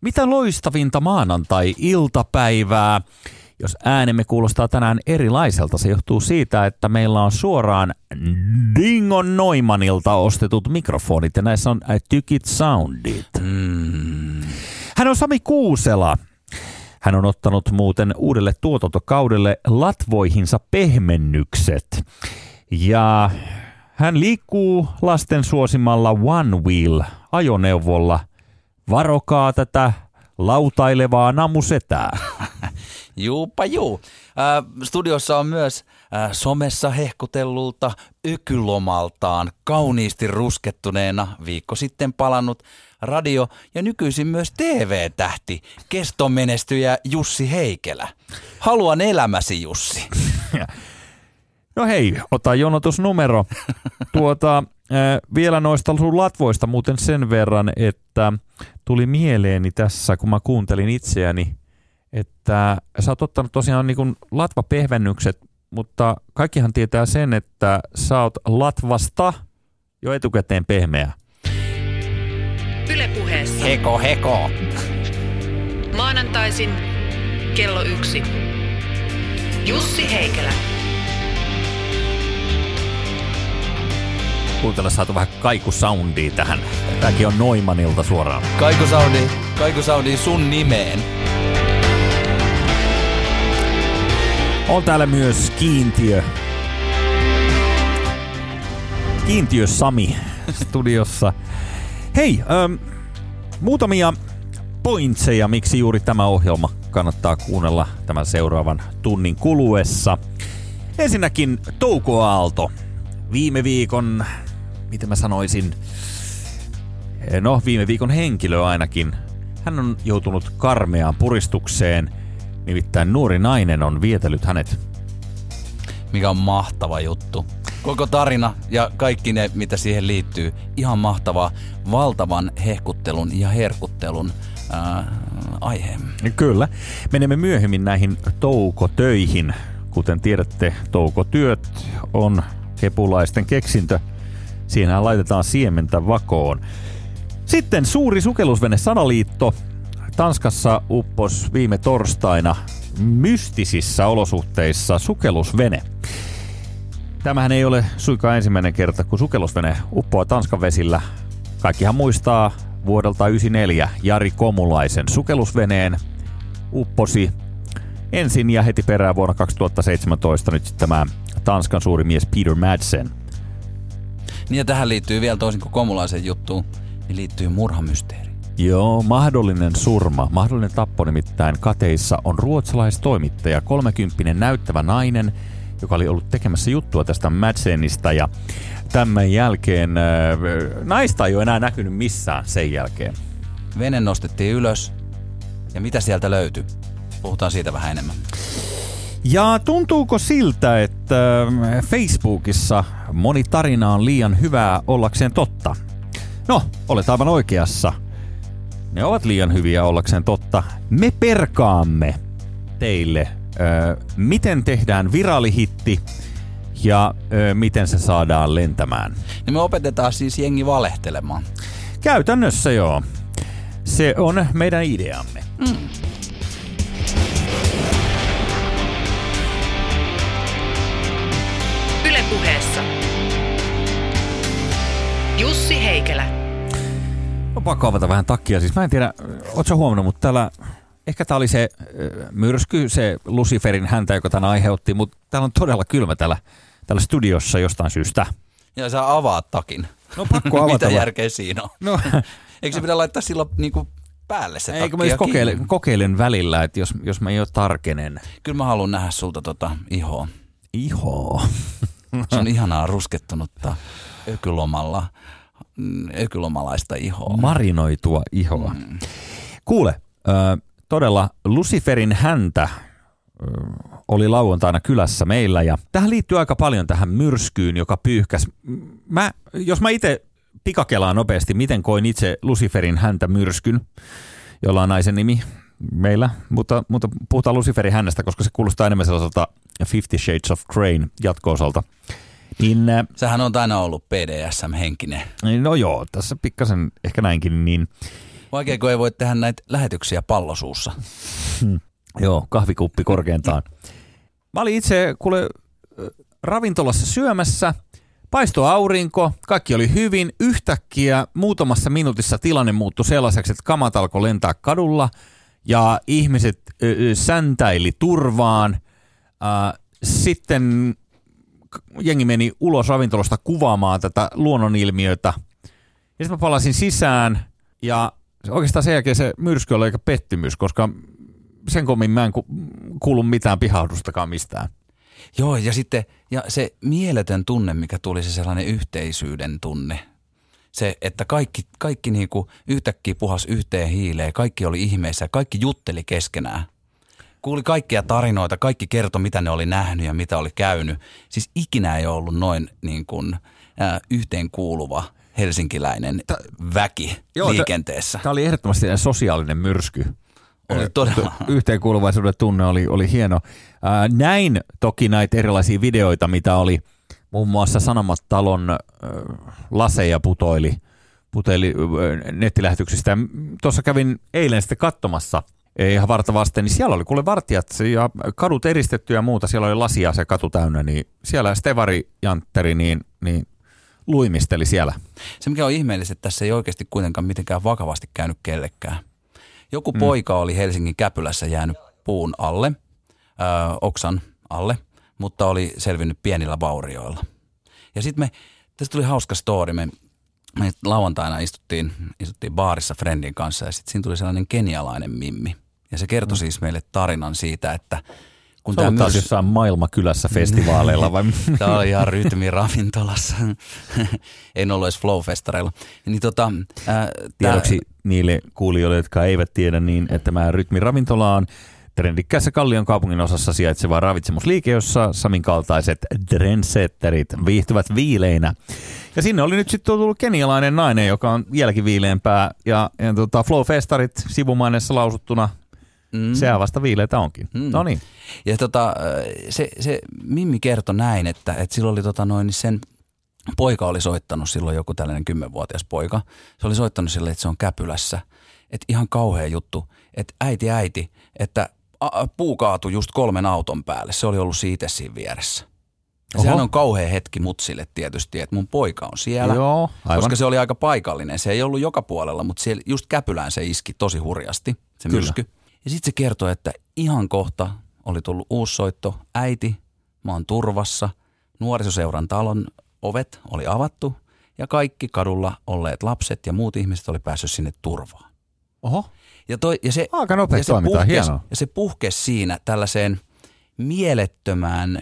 Mitä loistavinta maanantai-iltapäivää. Jos äänemme kuulostaa tänään erilaiselta, se johtuu siitä, että meillä on suoraan Dingo Neumannilta ostetut mikrofonit ja näissä on tykit soundit. Hän on Sami Kuusela. Hän on ottanut muuten uudelle tuotantokaudelle latvoihinsa pehmennykset. Ja hän liikkuu lasten suosimalla One Wheel-ajoneuvolla. Varokaa tätä lautailevaa namusetää. Juupa juu. Studiossa on myös somessa hehkutellulta ökylomaltaan kauniisti ruskettuneena viikko sitten palannut radio- ja nykyisin myös TV-tähti, kestonmenestyjä Jussi Heikelä. Haluan elämäsi, Jussi. No hei, ota jonotusnumero. Vielä noista sun latvoista muuten sen verran, että tuli mieleeni tässä, kun mä kuuntelin itseäni, että sä oot ottanut tosiaan niin kuin latvapehvennykset, mutta kaikkihan tietää sen, että sä oot latvasta jo etukäteen pehmeä. Yle Puheessa. Heko. Maanantaisin kello 1. Jussi Heikelä. Kuuntele, saatu vähän kaikusoundia tähän. Tämäkin on Neumannilta suoraan. Kaikusoundia sun nimeen. On täällä myös Kiintiö Sami studiossa. Hei, muutamia pointseja, miksi juuri tämä ohjelma kannattaa kuunnella tämän seuraavan tunnin kuluessa. Ensinnäkin Touko Aalto. Viime viikon, miten mä sanoisin, viime viikon henkilö ainakin. Hän on joutunut karmeaan puristukseen. Nimittäin nuori nainen on vietellyt hänet. Mikä on mahtava juttu. Koko tarina ja kaikki ne, mitä siihen liittyy. Ihan mahtavaa, valtavan hehkuttelun ja herkuttelun aihe. Kyllä. Menemme myöhemmin näihin toukotöihin. Kuten tiedätte, toukotyöt on kepulaisten keksintö. Siinähän laitetaan siementä vakoon. Sitten suuri sukellusvene-salaliitto. Tanskassa uppos viime torstaina mystisissä olosuhteissa sukellusvene. Tämähän ei ole suinkaan ensimmäinen kerta, kun sukellusvene uppoaa Tanskan vesillä. Kaikkihan muistaa vuodelta 1994 Jari Komulaisen sukellusveneen upposi ensin ja heti perään vuonna 2017 nyt tämä Tanskan suuri mies Peter Madsen. Niin ja tähän liittyy vielä toisin kuin Komulaisen juttuun, niin liittyy murhamysteeri. Joo, mahdollinen surma, mahdollinen tappo nimittäin kateissa on ruotsalaistoimittaja, 30 näyttävä nainen, joka oli ollut tekemässä juttua tästä Madsenista ja tämän jälkeen naista ei ole enää näkynyt missään sen jälkeen. Vene nostettiin ylös ja mitä sieltä löytyi? Puhutaan siitä vähän enemmän. Ja tuntuuko siltä, että Facebookissa moni tarina on liian hyvää ollakseen totta? No, olet aivan oikeassa. Ne ovat liian hyviä ollakseen totta. Me perkaamme teille, miten tehdään viraalihitti ja miten se saadaan lentämään. Niin me opetetaan siis jengi valehtelemaan. Käytännössä joo. Se on meidän ideamme. Yle Puheessa. Jussi Heikelä. On pakko avata vähän takkia. Siis mä en tiedä, ootko sä huomannut, mutta täällä, ehkä tää oli se myrsky, se Luciferin häntä, joka tän aiheutti, mutta täällä on todella kylmä täällä studiossa jostain syystä. Ja sä avaat takin. No pakko avata. Mitä järkeä siinä on? No. Eikö se pidä laittaa silloin niinku päälle se takki? Eikö mä kokeilen välillä, että jos mä jo tarkenen. Kyllä mä haluan nähdä sulta ihoa. Ihoa? Se on ihanaa ruskettunutta ökylomalaista ihoa. Marinoitua ihoa. Kuule, todella Luciferin häntä oli lauantaina kylässä meillä ja tähän liittyy aika paljon tähän myrskyyn, joka pyyhkäsi. Jos mä itse pikakelaan nopeasti, miten koin itse Luciferin häntä myrskyn, jolla on naisen nimi meillä, mutta puhutaan Luciferin hännästä, koska se kuulostaa enemmän sellaiselta 50 Shades of Grayn jatko-osalta. Niin, sähän on aina ollut BDSM-henkinen. No joo, tässä pikkasen ehkä näinkin. Niin, Vaikea, kun ei voi tehdä näitä lähetyksiä pallosuussa. Joo, kahvikuppi korkeintaan. Mä olin itse ravintolassa syömässä, paistoi aurinko, kaikki oli hyvin. Yhtäkkiä muutamassa minuutissa tilanne muuttui sellaiseksi, että kamat alkoi lentää kadulla ja ihmiset säntäili turvaan. Sitten jengi meni ulos ravintolasta kuvaamaan tätä luonnonilmiötä. Ja sitten mä palasin sisään ja oikeastaan sen jälkeen se myrsky oli aika pettymys, koska sen komin mä en kuullut mitään pihahdustakaan mistään. Joo, ja sitten se mieletön tunne, mikä tuli, se sellainen yhteisyyden tunne. Se, että kaikki niinku yhtäkkiä puhas yhteen hiileen, kaikki oli ihmeessä, kaikki jutteli keskenään. Kuuli kaikkia tarinoita, kaikki kertoi, mitä ne oli nähnyt ja mitä oli käynyt. Siis ikinä ei ollut noin niin kuin, yhteenkuuluva helsinkiläinen väki liikenteessä. Tämä oli ehdottomasti sosiaalinen myrsky. Oli todella. Yhteenkuuluvaisuuden tunne oli hieno. Näin toki näitä erilaisia videoita, mitä oli muun muassa Sanomat-talon laseja putoili nettilähetyksistä. Tuossa kävin eilen sitten katsomassa ihan varta vasten, niin siellä oli kuule vartijat ja kadut eristetty ja muuta. Siellä oli lasia se katu täynnä, niin siellä Stevari Jantteri niin luimisteli siellä. Se mikä on ihmeellistä, että tässä ei oikeasti kuitenkaan mitenkään vakavasti käynyt kellekään. Joku poika oli Helsingin Käpylässä jäänyt puun alle, oksan alle, mutta oli selvinnyt pienillä vaurioilla. Ja sitten tästä tuli hauska story. Me lauantaina istuttiin baarissa friendin kanssa ja sitten siinä tuli sellainen kenialainen mimmi. Ja se kertoi siis meille tarinan siitä, että kun tämä taas jossain maailmakylässä festivaaleilla vai? Tämä oli ihan rytmiravintolassa. En ollut edes Flow-festareilla. Niin tiedoksi niille kuulijoille, jotka eivät tiedä, niin että mä rytmiravintola on trendikkäässä Kallion kaupungin osassa sijaitseva ravitsemusliike, jossa saminkaltaiset trendsetterit viihtyvät viileinä. Ja sinne oli nyt sitten tullut kenialainen nainen, joka on vieläkin viileämpää. Ja Flow-festarit sivumaineessa lausuttuna, sehän vasta viileitä onkin. No niin. Ja se Mimmi kertoi näin, että silloin oli sen poika oli soittanut silloin joku tällainen 10-vuotias poika. Se oli soittanut sille, että se on Käpylässä. Että ihan kauhea juttu, että äiti, että puu kaatui just 3 auton päälle. Se oli ollut siitä siinä vieressä. Sehän on kauhea hetki mutsille tietysti, että mun poika on siellä, joo, koska se oli aika paikallinen. Se ei ollut joka puolella, mutta siellä just Käpylään se iski tosi hurjasti, se myrsky. Ja sitten se kertoi, että ihan kohta oli tullut uusi soitto. Äiti, mä oon turvassa. Nuorisoseuran talon ovet oli avattu ja kaikki kadulla olleet lapset ja muut ihmiset oli päässyt sinne turvaan. Oho. Aika nopea toimintaa, hienoa. Ja se puhkesi siinä tällaiseen mielettömään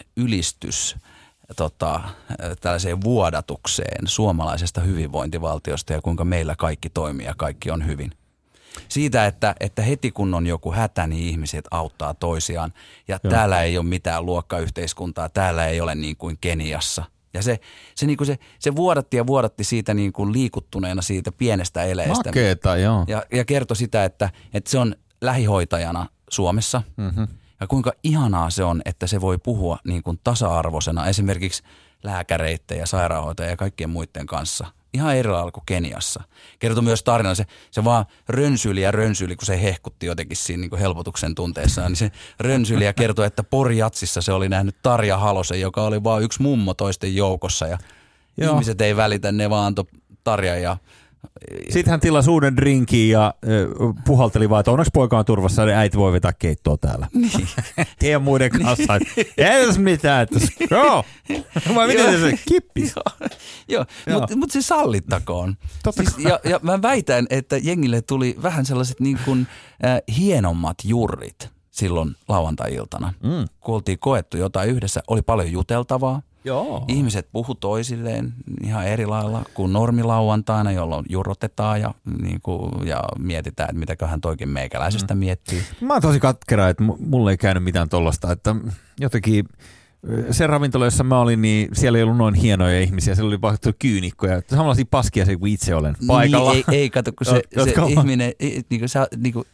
tällaiseen vuodatukseen suomalaisesta hyvinvointivaltiosta ja kuinka meillä kaikki toimii ja kaikki on hyvin. Siitä, että heti kun on joku hätä, niin ihmiset auttaa toisiaan ja täällä ei ole mitään luokkayhteiskuntaa, täällä ei ole niin kuin Keniassa. Ja se vuodatti siitä niin kuin liikuttuneena siitä pienestä eleestä. Makeeta, joo. Ja kertoi sitä, että se on lähihoitajana Suomessa. Mm-hmm. Ja kuinka ihanaa se on, että se voi puhua niin kuin tasa-arvoisena esimerkiksi lääkäreiden ja sairaanhoitajien ja kaikkien muiden kanssa. Ihan eri lailla kuin Keniassa. Kertoi myös tarinan, se vaan rönsyili, kun se hehkutti jotenkin siinä niin kuin helpotuksen tunteessaan. Niin se rönsyili ja kertoi, että Pori-Jatsissa se oli nähnyt Tarja Halosen, joka oli vaan yksi mummo toisten joukossa. Ja ihmiset ei välitä, ne vaan antoi Tarja ja... Sitten hän tilasi uuden drinkin ja puhalteli vaan, että onneksi poika on turvassa ja äiti voi vetää keittoa täällä. Niin. Teidän muiden kanssa. Ei tässä mitään, että joo. Vai miten se kippis? Joo, mutta se sallittakoon. Siis, ja mä väitän, että jengille tuli vähän sellaiset niin kuin hienommat jurrit silloin lauantai-iltana. Kun oltiin koettu jotain yhdessä, oli paljon juteltavaa. Joo. Ihmiset puhu toisilleen ihan eri lailla kuin normilauantaina, jolloin jurrotetaan ja mietitään, että mitäköhän toikin meikäläisestä miettii. Mä oon tosi katkera, että mulle ei käynyt mitään tollasta, että jotenkin se ravintola, jossa mä olin, niin siellä ei ollut noin hienoja ihmisiä, siellä oli vaan kyynikkoja, samanlaisia paskia kuin itse olen paikalla. Niin, ei kato, kun se ihminen,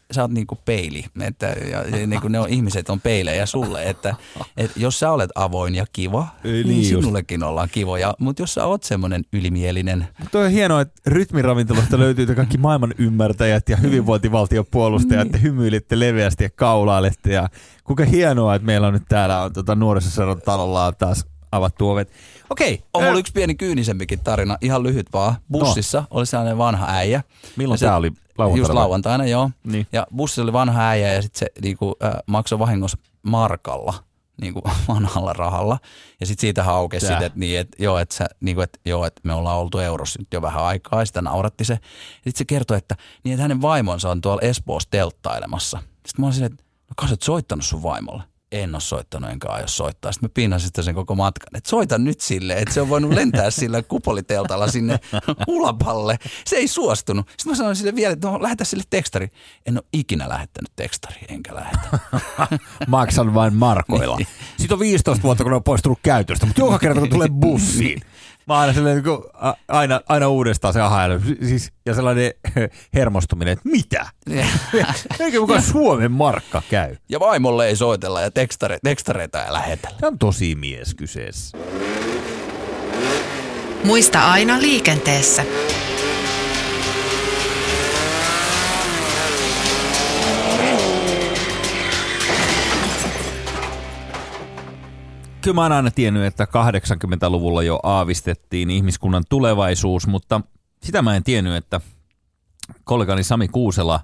sä oot niinku peili, että niinku ne ihmiset on peilejä sulle, että jos sä olet avoin ja kiva, niin sinullekin ollaan kivoja, mutta jos sä oot semmoinen ylimielinen. Toi on hienoa, että rytmiravintolasta löytyy kaikki maailman ymmärtäjät ja hyvinvointivaltion puolustajat, te hymyilitte leveästi ja kaulailette ja kuinka hienoa, että meillä on nyt täällä on nuorisoseudun talolla on taas avattu ovet. Okei. On mulla yksi pieni kyynisempikin tarina, ihan lyhyt vaan. Bussissa oli sellainen vanha äijä. Milloin tämä oli? Lauantaina? Just lauantaina, joo. Niin. Ja bussissa oli vanha äijä ja sitten se niinku, maksoi vahingossa markalla, niinku vanhalla rahalla. Ja sitten siitä haukesi sitten, että niin, et me ollaan oltu eurossa nyt jo vähän aikaa ja sitä nauratti se. Sitten se kertoi, että hänen vaimonsa on tuolla Espoossa telttailemassa. Sitten mä olin silleen, että no kai sä oot soittanut sun vaimolle. En ole soittanut, enkä aio soittaa. Sitten mä piinasin sitä sen koko matkan, että soita nyt sille, että se on voinut lentää sillä kupoliteltalla sinne Ulapalle. Se ei suostunut. Sitten mä sanoin sille vielä, että no lähetä sille tekstari. En ole ikinä lähettänyt tekstaria, enkä lähetä. Maksan vain markoilla. Niin. Sitten on 15 vuotta, kun ne on poistunut käytöstä, mutta joka kerta, kun tulee bussiin. Mä aina silleen, aina uudestaan se ahailu. Siis, ja sellainen hermostuminen, että mitä? Eikö mukaan Suomen markka käy? Ja vaimolle ei soitella ja tekstareita ei lähetellä. Tämä on tosi mies kyseessä. Muista aina liikenteessä. Kyllä mä oon aina tiennyt, että 80-luvulla jo aavistettiin ihmiskunnan tulevaisuus, mutta sitä mä en tiennyt, että kollegani Sami Kuusela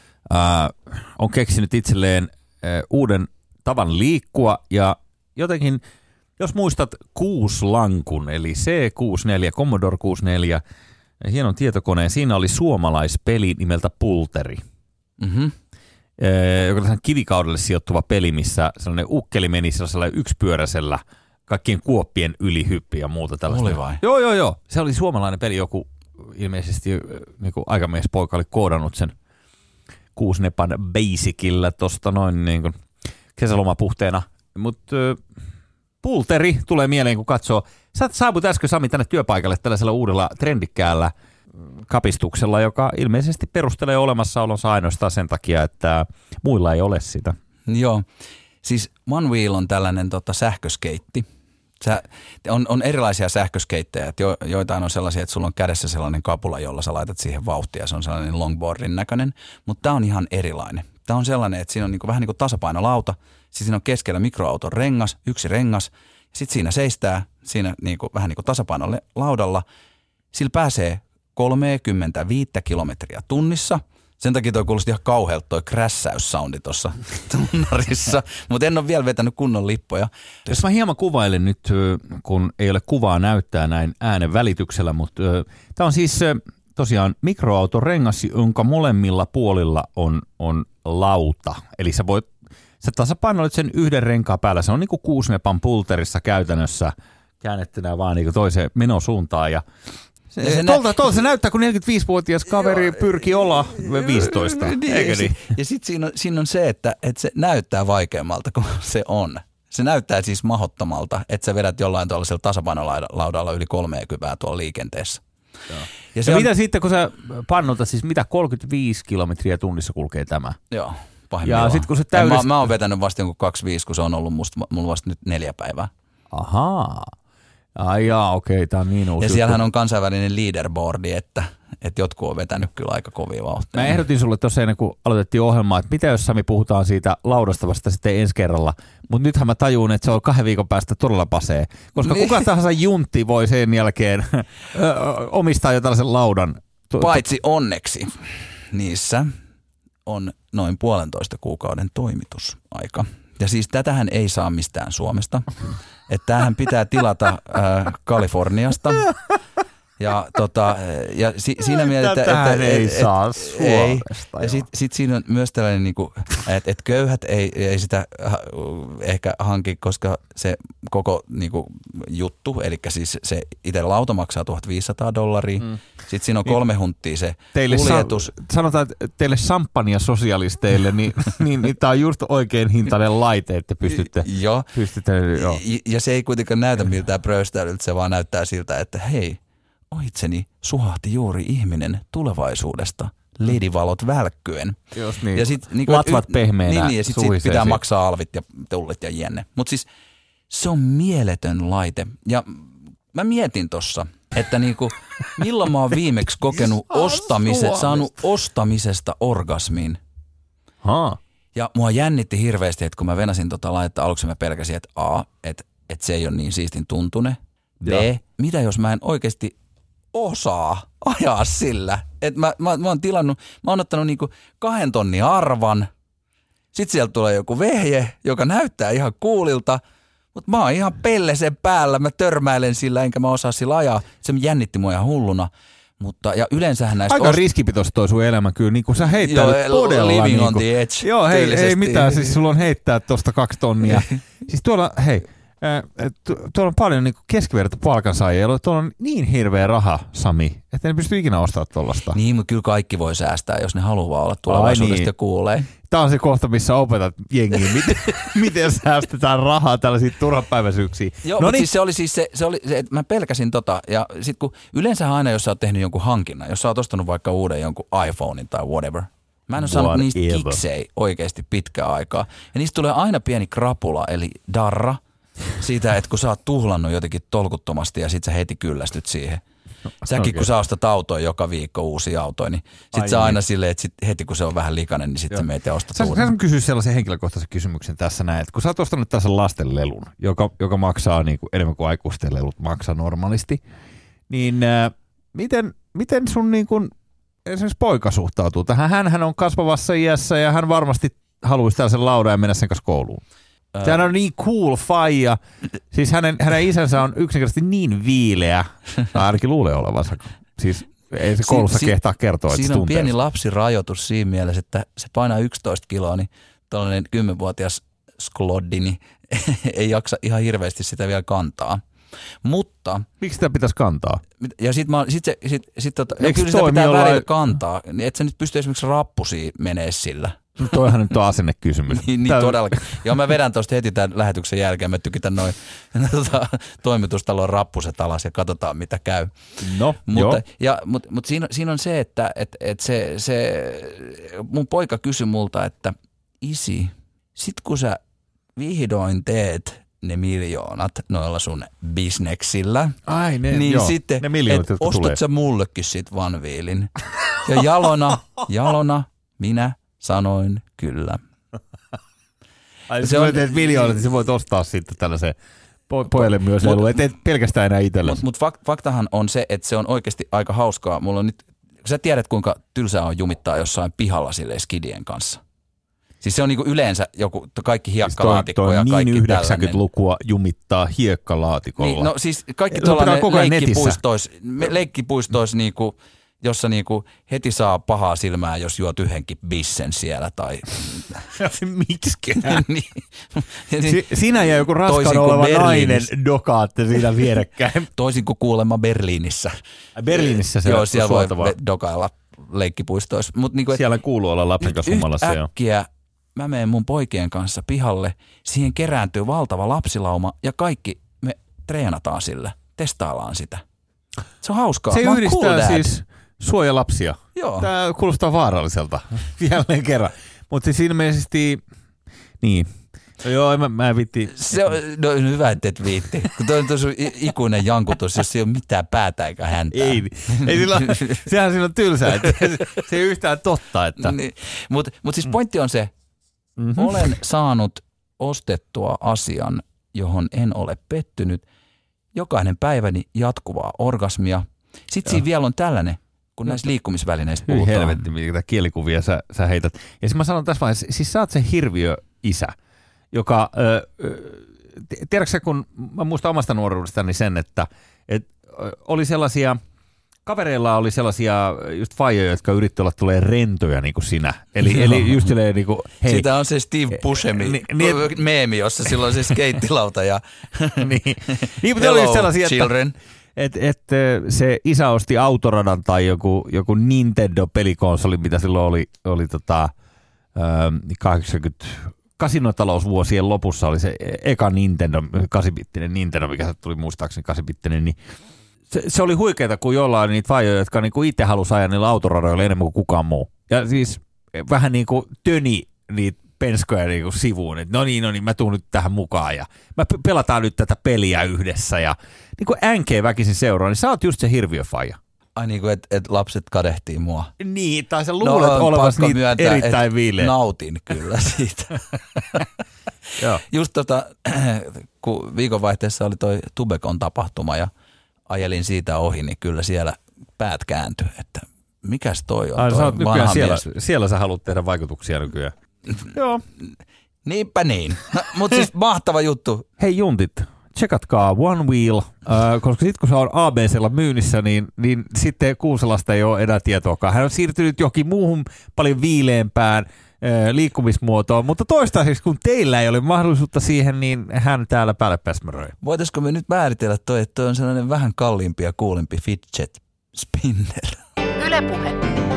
on keksinyt itselleen uuden tavan liikkua ja jotenkin, jos muistat kuuslankun, eli C64, Commodore 64, hienon tietokoneen, siinä oli suomalaispeli nimeltä Pulteri. Mhm. Joka on kivikaudelle sijoittuva peli, missä sellainen ukkeli meni sellaisella yksipyöräisellä kaikkien kuoppien yli hyppi ja muuta tällaista. Oli vai? Joo. Se oli suomalainen peli, joku ilmeisesti niin aikamiespoika oli koodannut sen kuusnepan basicillä tuosta noin niin kuin kesälomapuhteena. Mutta Pulteri tulee mieleen, kun katsoo. Sä saavut äsken, Sami, tänne työpaikalle tällaisella uudella trendikkäällä kapistuksella, joka ilmeisesti perustelee olemassaolonsa ainoastaan sen takia, että muilla ei ole sitä. Joo, siis One Wheel on tällainen sähköskeitti. On erilaisia sähköskeittejä, että joitain on sellaisia, että sulla on kädessä sellainen kapula, jolla sä laitat siihen vauhtia, se on sellainen longboardin näköinen, mutta tämä on ihan erilainen. Tämä on sellainen, että siinä on vähän niin kuin tasapainolauta, sitten siinä on keskellä mikroauton rengas, yksi rengas, sitten siinä seistää siinä vähän niin kuin tasapainolaudalla, sillä pääsee 35 kilometriä tunnissa. Sen takia toi kuulosti ihan kauhealta toi krässäyssoundi tuossa tunnarissa, mutta en ole vielä vetänyt kunnon lippoja. Jos mä hieman kuvailen nyt, kun ei ole kuvaa näyttää näin äänen välityksellä, mutta tämä on siis tosiaan mikroauton rengas, jonka molemmilla puolilla on lauta. Eli sä tasapainoilet sen yhden renkaan päällä. Se on niin kuin kuusnepan Pulterissa käytännössä käännettynä vaan niin kuin toiseen menosuuntaan ja Tuolta se näyttää, kun 45-vuotias kaveri pyrkii olla 15, eikö niin? Ja sitten siinä on se, että se näyttää vaikeammalta kuin se on. Se näyttää siis mahdottomalta, että sä vedät jollain tuollaisella tasapainolaudalla yli 30 tuolla liikenteessä. Ja mitä sitten, kun sä pannotat, siis mitä 35 kilometriä tunnissa kulkee tämä? Joo, pahimmillaan. Ja sit kun se mä oon vetänyt vasta jonkun 25, kun se on ollut mulla vasta nyt 4 päivää. Ahaa. Okei, tää on niin uusi. Ja siellähän on kansainvälinen leaderboardi, että jotkut on vetänyt kyllä aika kovia vauhtia. Mä ehdotin sulle tuossa ennen kuin aloitettiin ohjelmaa, että mitä jos Sami puhutaan siitä laudasta vasta sitten ensi kerralla, mutta nythän mä tajun, että se on 2 viikon päästä todella pasee, koska kuka tahansa juntti voi sen jälkeen omistaa jo tällaisen laudan. Paitsi onneksi niissä on noin 1,5 kuukauden toimitusaika. Ja siis tätähän ei saa mistään Suomesta. Että tämähän pitää tilata Kaliforniasta. Ja siinä mielessä, että ei saa Suomesta. Ja sit siinä on myös tällainen, niinku, että köyhät ei sitä ehkä hanki, koska se koko niinku, juttu, eli siis se itse lauta maksaa $1,500. Sitten siinä on 3 hunttia se kuljetus. Sanotaan, että teille samppania-sosialisteille, niin tämä on just oikein hintainen laite, että pystytte. Joo. Ja se ei kuitenkaan näytä miltään pröystäilyltä, se vaan näyttää siltä, että hei, ohitseni suhahti juuri ihminen tulevaisuudesta ledivalot välkkyen. Just niin. Ja sit, latvat pehmeänä. Niin, ja sit pitää maksaa alvit ja tullit ja jenne. Mutta siis se on mieletön laite. Ja mä mietin tossa, että niinku, milloin mä oon viimeksi kokenut saanut ostamisesta orgasmin. Ja mua jännitti hirveästi, että kun mä venasin laitetta, aluksi mä pelkäsin, että että se ei ole niin siistin tuntune. B, mitä jos mä en oikeasti osaa ajaa sillä. Että mä oon tilannut, mä oon ottanut niinku 2 tonnin arvan, sit sieltä tulee joku vehje, joka näyttää ihan coolilta, mutta mä oon ihan pellesen päällä, mä törmäilen sillä, enkä mä osaa sillä ajaa. Se jännitti mua ihan hulluna. Mutta, ja yleensähän näistä... Aika riskipitoista toi sun elämä kyllä, niin kun sä heittäydyt todella... Living on the edge. Joo, ei mitään, siis sulla on heittää tosta 2 tonnia. Siis tuolla, tuolla on paljon niin keskiverto palkansaajia, tuolla on niin hirveä raha, Sami, että ne pystyy ikinä ostamaan tuollaista. Niin, mutta kyllä kaikki voi säästää, jos ne haluaa olla tulevaisuudesta ja kuulee. Tämä on se kohta, missä opetat jengiä, miten säästetään rahaa tällaisiin turhapäiväisyyksiin. Joo, mutta siis se oli, että mä pelkäsin ja sit kun yleensä aina, jos sä oot tehnyt jonkun hankinnan, jos sä oot ostanut vaikka uuden jonkun iPhonein tai whatever, mä en ole saanut niistä kiksei oikeasti pitkään aikaa. Ja niistä tulee aina pieni krapula, eli darra, siitä, että kun sä oot tuhlannut jotenkin tolkuttomasti ja sit sä heti kyllästyt siihen. Säkin kun sä ostat autoja joka viikko uusia autoja, niin sit sä aina silleen, että sit heti kun se on vähän likainen, niin sit sä meet ja ostat uuden. Sä kysyä sellaisen henkilökohtaisen kysymyksen tässä näin, että kun sä oot ostanut tässä lastenlelun, joka maksaa niin kuin enemmän kuin aikuisten lelut maksaa normaalisti, niin miten sun niin kuin, esimerkiksi poika suhtautuu tähän? Hänhän on kasvavassa iässä ja hän varmasti haluaisi tällaisen laudan ja mennä sen kanssa kouluun. Sehän on niin cool faija. Siis hänen isänsä on yksinkertaisesti niin viileä, tai ainakin luulee olevansa. Siis ei se koulussa kehtaa kertoa, että siinä on pieni lapsirajoitus siinä mielessä, että se painaa 11 kiloa, niin tällainen 10-vuotias skloddi niin ei jaksa ihan hirveästi sitä vielä kantaa. Mutta... Miksi sitä pitäisi kantaa? Ja kyllä sitä pitää välillä kantaa, että sä nyt pystyy esimerkiksi rappusia menee sillä. No toihan nyt on asennekysymys. niin todellakin. Joo, mä vedän tuosta heti tämän lähetyksen jälkeen. Mä tykitän noin toimitustalon rappuset alas ja katsotaan mitä käy. No, mutta siinä on se, että mun poika kysyi multa, että isi, sit kun sä vihdoin teet ne miljoonat noilla sun bisneksillä, niin sitten, että ostat sä mullekin sit Van Wheelin. Ja jalona minä sanoin kyllä. Ai se on teet miljoonat, niin sä voit ostaa sitten tällaisen pojalle myös lelu, et pelkästään enää itsellesi. Mutta faktahan on se, että se on oikeasti aika hauskaa. Mulla on nyt, sä tiedät kuinka tylsää on jumittaa jossain pihalla silleen skidien kanssa. Siis se on niinku yleensä joku, kaikki hiekkalaatikko ja kaikki niin 90-lukua jumittaa hiekkalaatikolla. Niin, no siis kaikki tuollainen leikkipuistois niinku, jossa niinku heti saa pahaa silmää, jos juot yhdenkin bissen siellä tai... Miksikään? Sinä ja joku raskaan oleva nainen dokaatte siinä vierekkäin. Toisin kuin kuulemma Berliinissä. Berliinissä se on siellä voi dokailla leikkipuistoissa. Niinku, siellä kuuluu olla lapsen kanssa humalassa. Äkkiä mä menen mun poikien kanssa pihalle, siihen kerääntyy valtava lapsilauma ja kaikki me treenataan sillä, testaillaan sitä. Se on hauskaa. Se yhdistää siis suojalapsia. Joo. Tämä kuulostaa vaaralliselta jälleen kerran. Mutta siis ilmeisesti, niin. Joo, mä en viitti. Se on hyvä, että et viitti. Kun toi on sun ikuinen jankutus, jos ei ole mitään päätä eikä häntä. Ei sehän siinä on tylsää, että se ei yhtään totta. Että. Niin, mutta siis pointti on se, olen saanut ostettua asian, johon en ole pettynyt. Jokainen päiväni jatkuvaa orgasmia. Sitten siinä vielä on tällainen, kun näistä liikkumisvälineistä puhutaan. Helvetti, mitä kielikuvia sä heität. Ja sitten mä sanon tässä vaiheessa, siis sä oot se hirviö-isä, joka, tiedätkö sä, kun mä muistan omasta nuoruudestani sen, että oli sellaisia, kavereilla oli sellaisia just faijoja, jotka yritti olla tulee rentoja niin kuin sinä. Eli just silleen niin kuin, hei. Sitä on se Steve Buscemi meemi, jossa silloin se skeittilauta ja niin, mutta oli just sellaisia, että se isä osti autoradan tai joku Nintendo-pelikonsoli, mitä silloin oli 80 kasinotalousvuosien lopussa oli se eka Nintendo, 8-bittinen Nintendo, mikä tuli muistaakseni 8-bittinen, niin Se oli huikeeta, kun jollain niitä vaijoja, jotka niinku itse halusi ajaa niillä autoradoilla enemmän kuin kukaan muu. Ja siis vähän niin kuin töni niitä penskoja niinku sivuun, että no niin, mä tuun nyt tähän mukaan ja mä pelataan nyt tätä peliä yhdessä ja niin kuin änkee väkisin seuraa, niin sä oot just se hirviöfaija. Ai niin kuin, että lapset kadehtii mua. Niin, tai sä luulet olevasi niitä myöntää, erittäin viileä. Nautin kyllä siitä. Just kun viikonvaihteessa oli toi Tubekon tapahtuma ja ajelin siitä ohi, niin kyllä siellä päät kääntyi, että mikäs toi on toi vanha mies. Siellä sä haluat tehdä vaikutuksia nykyään. Joo. Niinpä niin. Mutta siis mahtava juttu. Hei juntit, tsekatkaa One Wheel, koska sitten kun se on ABC:lla myynnissä, niin sitten Kuuselasta ei ole enää tietoakaan. Hän on siirtynyt johonkin muuhun paljon viileämpään liikkumismuotoon, mutta toistaiseksi kun teillä ei ole mahdollisuutta siihen, niin hän täällä päälle päsmäröi. Voitaisiko me nyt määritellä toi, että toi on sellainen vähän kalliimpi ja kuulempi fidget spinner? Yle Puhe.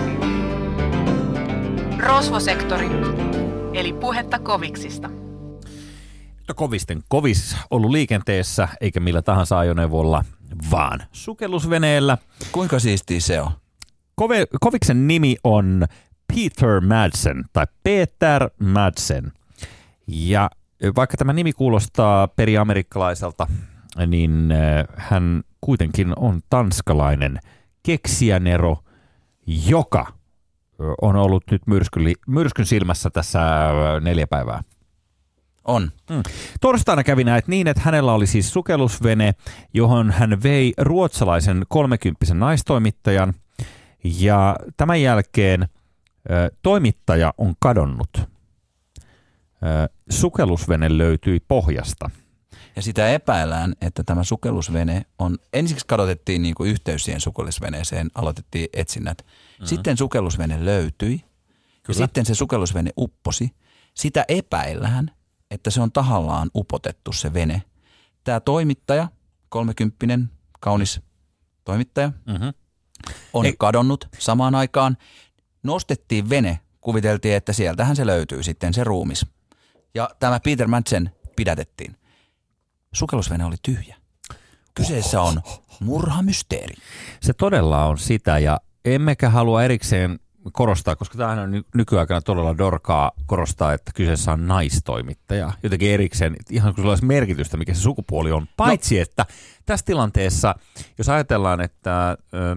Rosvosektori, eli puhetta koviksista. Kovisten kovis ollut liikenteessä, eikä millä tahansa ajoneuvolla, vaan sukellusveneellä. Kuinka siistiä se on? Koviksen nimi on Peter Madsen tai Peter Madsen. Ja vaikka tämä nimi kuulostaa periamerikkalaiselta, niin hän kuitenkin on tanskalainen keksijänero, joka on ollut nyt myrskyn silmässä tässä 4 päivää. On. Torstaina kävi näet niin, että hänellä oli siis sukellusvene, johon hän vei ruotsalaisen 30 naistoimittajan ja tämän jälkeen toimittaja on kadonnut. Sukellusvene löytyi pohjasta. Ja sitä epäillään, että tämä sukellusvene on, ensiksi kadotettiin niin kuin yhteys siihen sukellusveneeseen, aloitettiin etsinnät. Sitten sukellusvene löytyi, ja sitten se sukellusvene upposi. Sitä epäillään, että se on tahallaan upotettu se vene. Tämä toimittaja, 30, kaunis toimittaja, on kadonnut samaan aikaan. Nostettiin vene, kuviteltiin, että sieltähän se löytyy sitten se ruumis. Ja tämä Peter Madsen pidätettiin. Sukellusvene oli tyhjä. Kyseessä on murhamysteeri. Se todella on sitä ja emmekä halua erikseen korostaa, koska tämähän on nykyaikana todella dorkaa korostaa, että kyseessä on naistoimittaja. Jotenkin erikseen, ihan kun sulla olisi merkitystä, mikä se sukupuoli on. Paitsi, että tässä tilanteessa, jos ajatellaan, että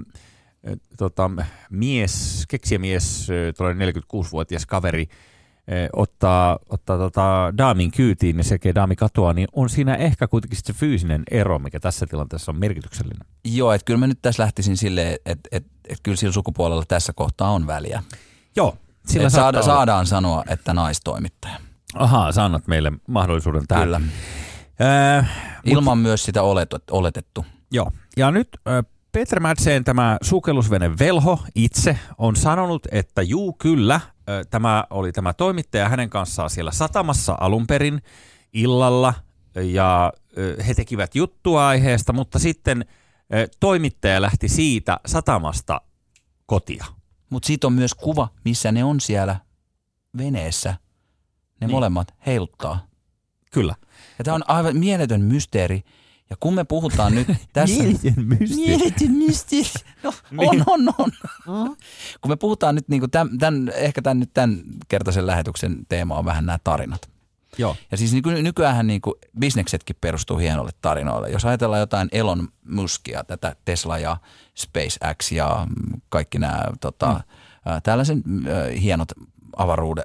keksijämies, 46-vuotias kaveri, ottaa daamin kyytiin ja sekee daami katoa, niin on siinä ehkä kuitenkin se fyysinen ero, mikä tässä tilanteessa on merkityksellinen. Joo, että kyllä mä nyt tässä lähtisin silleen, että kyllä sillä sukupuolella tässä kohtaa on väliä. Joo. Sillä saadaan sanoa, että naistoimittaja. Ahaa, sä annat meille mahdollisuuden tähän. Kyllä. Ilman myös sitä oletettu. Joo, ja nyt Peter Madsen, tämä sukellusvene velho itse, on sanonut, että kyllä, tämä oli tämä toimittaja hänen kanssaan siellä satamassa alun perin illalla, ja he tekivät juttua aiheesta, mutta sitten toimittaja lähti siitä satamasta kotia. Mutta siitä on myös kuva, missä ne on siellä veneessä. Ne molemmat heiluttaa. Kyllä. Ja tämä on aivan mieletön mysteeri. Ja kun me puhutaan nyt tässä... Mieletön mysteeri. No, on. Kun me puhutaan nyt, niin ehkä tämän kertaisen lähetyksen teema on vähän nämä tarinat. Joo. Ja siis nykyäänhän niin bisneksetkin perustuu hienoille tarinoille. Jos ajatellaan jotain Elon Muskia, tätä Tesla ja SpaceX ja kaikki nämä tällaisen hienot avaruuden.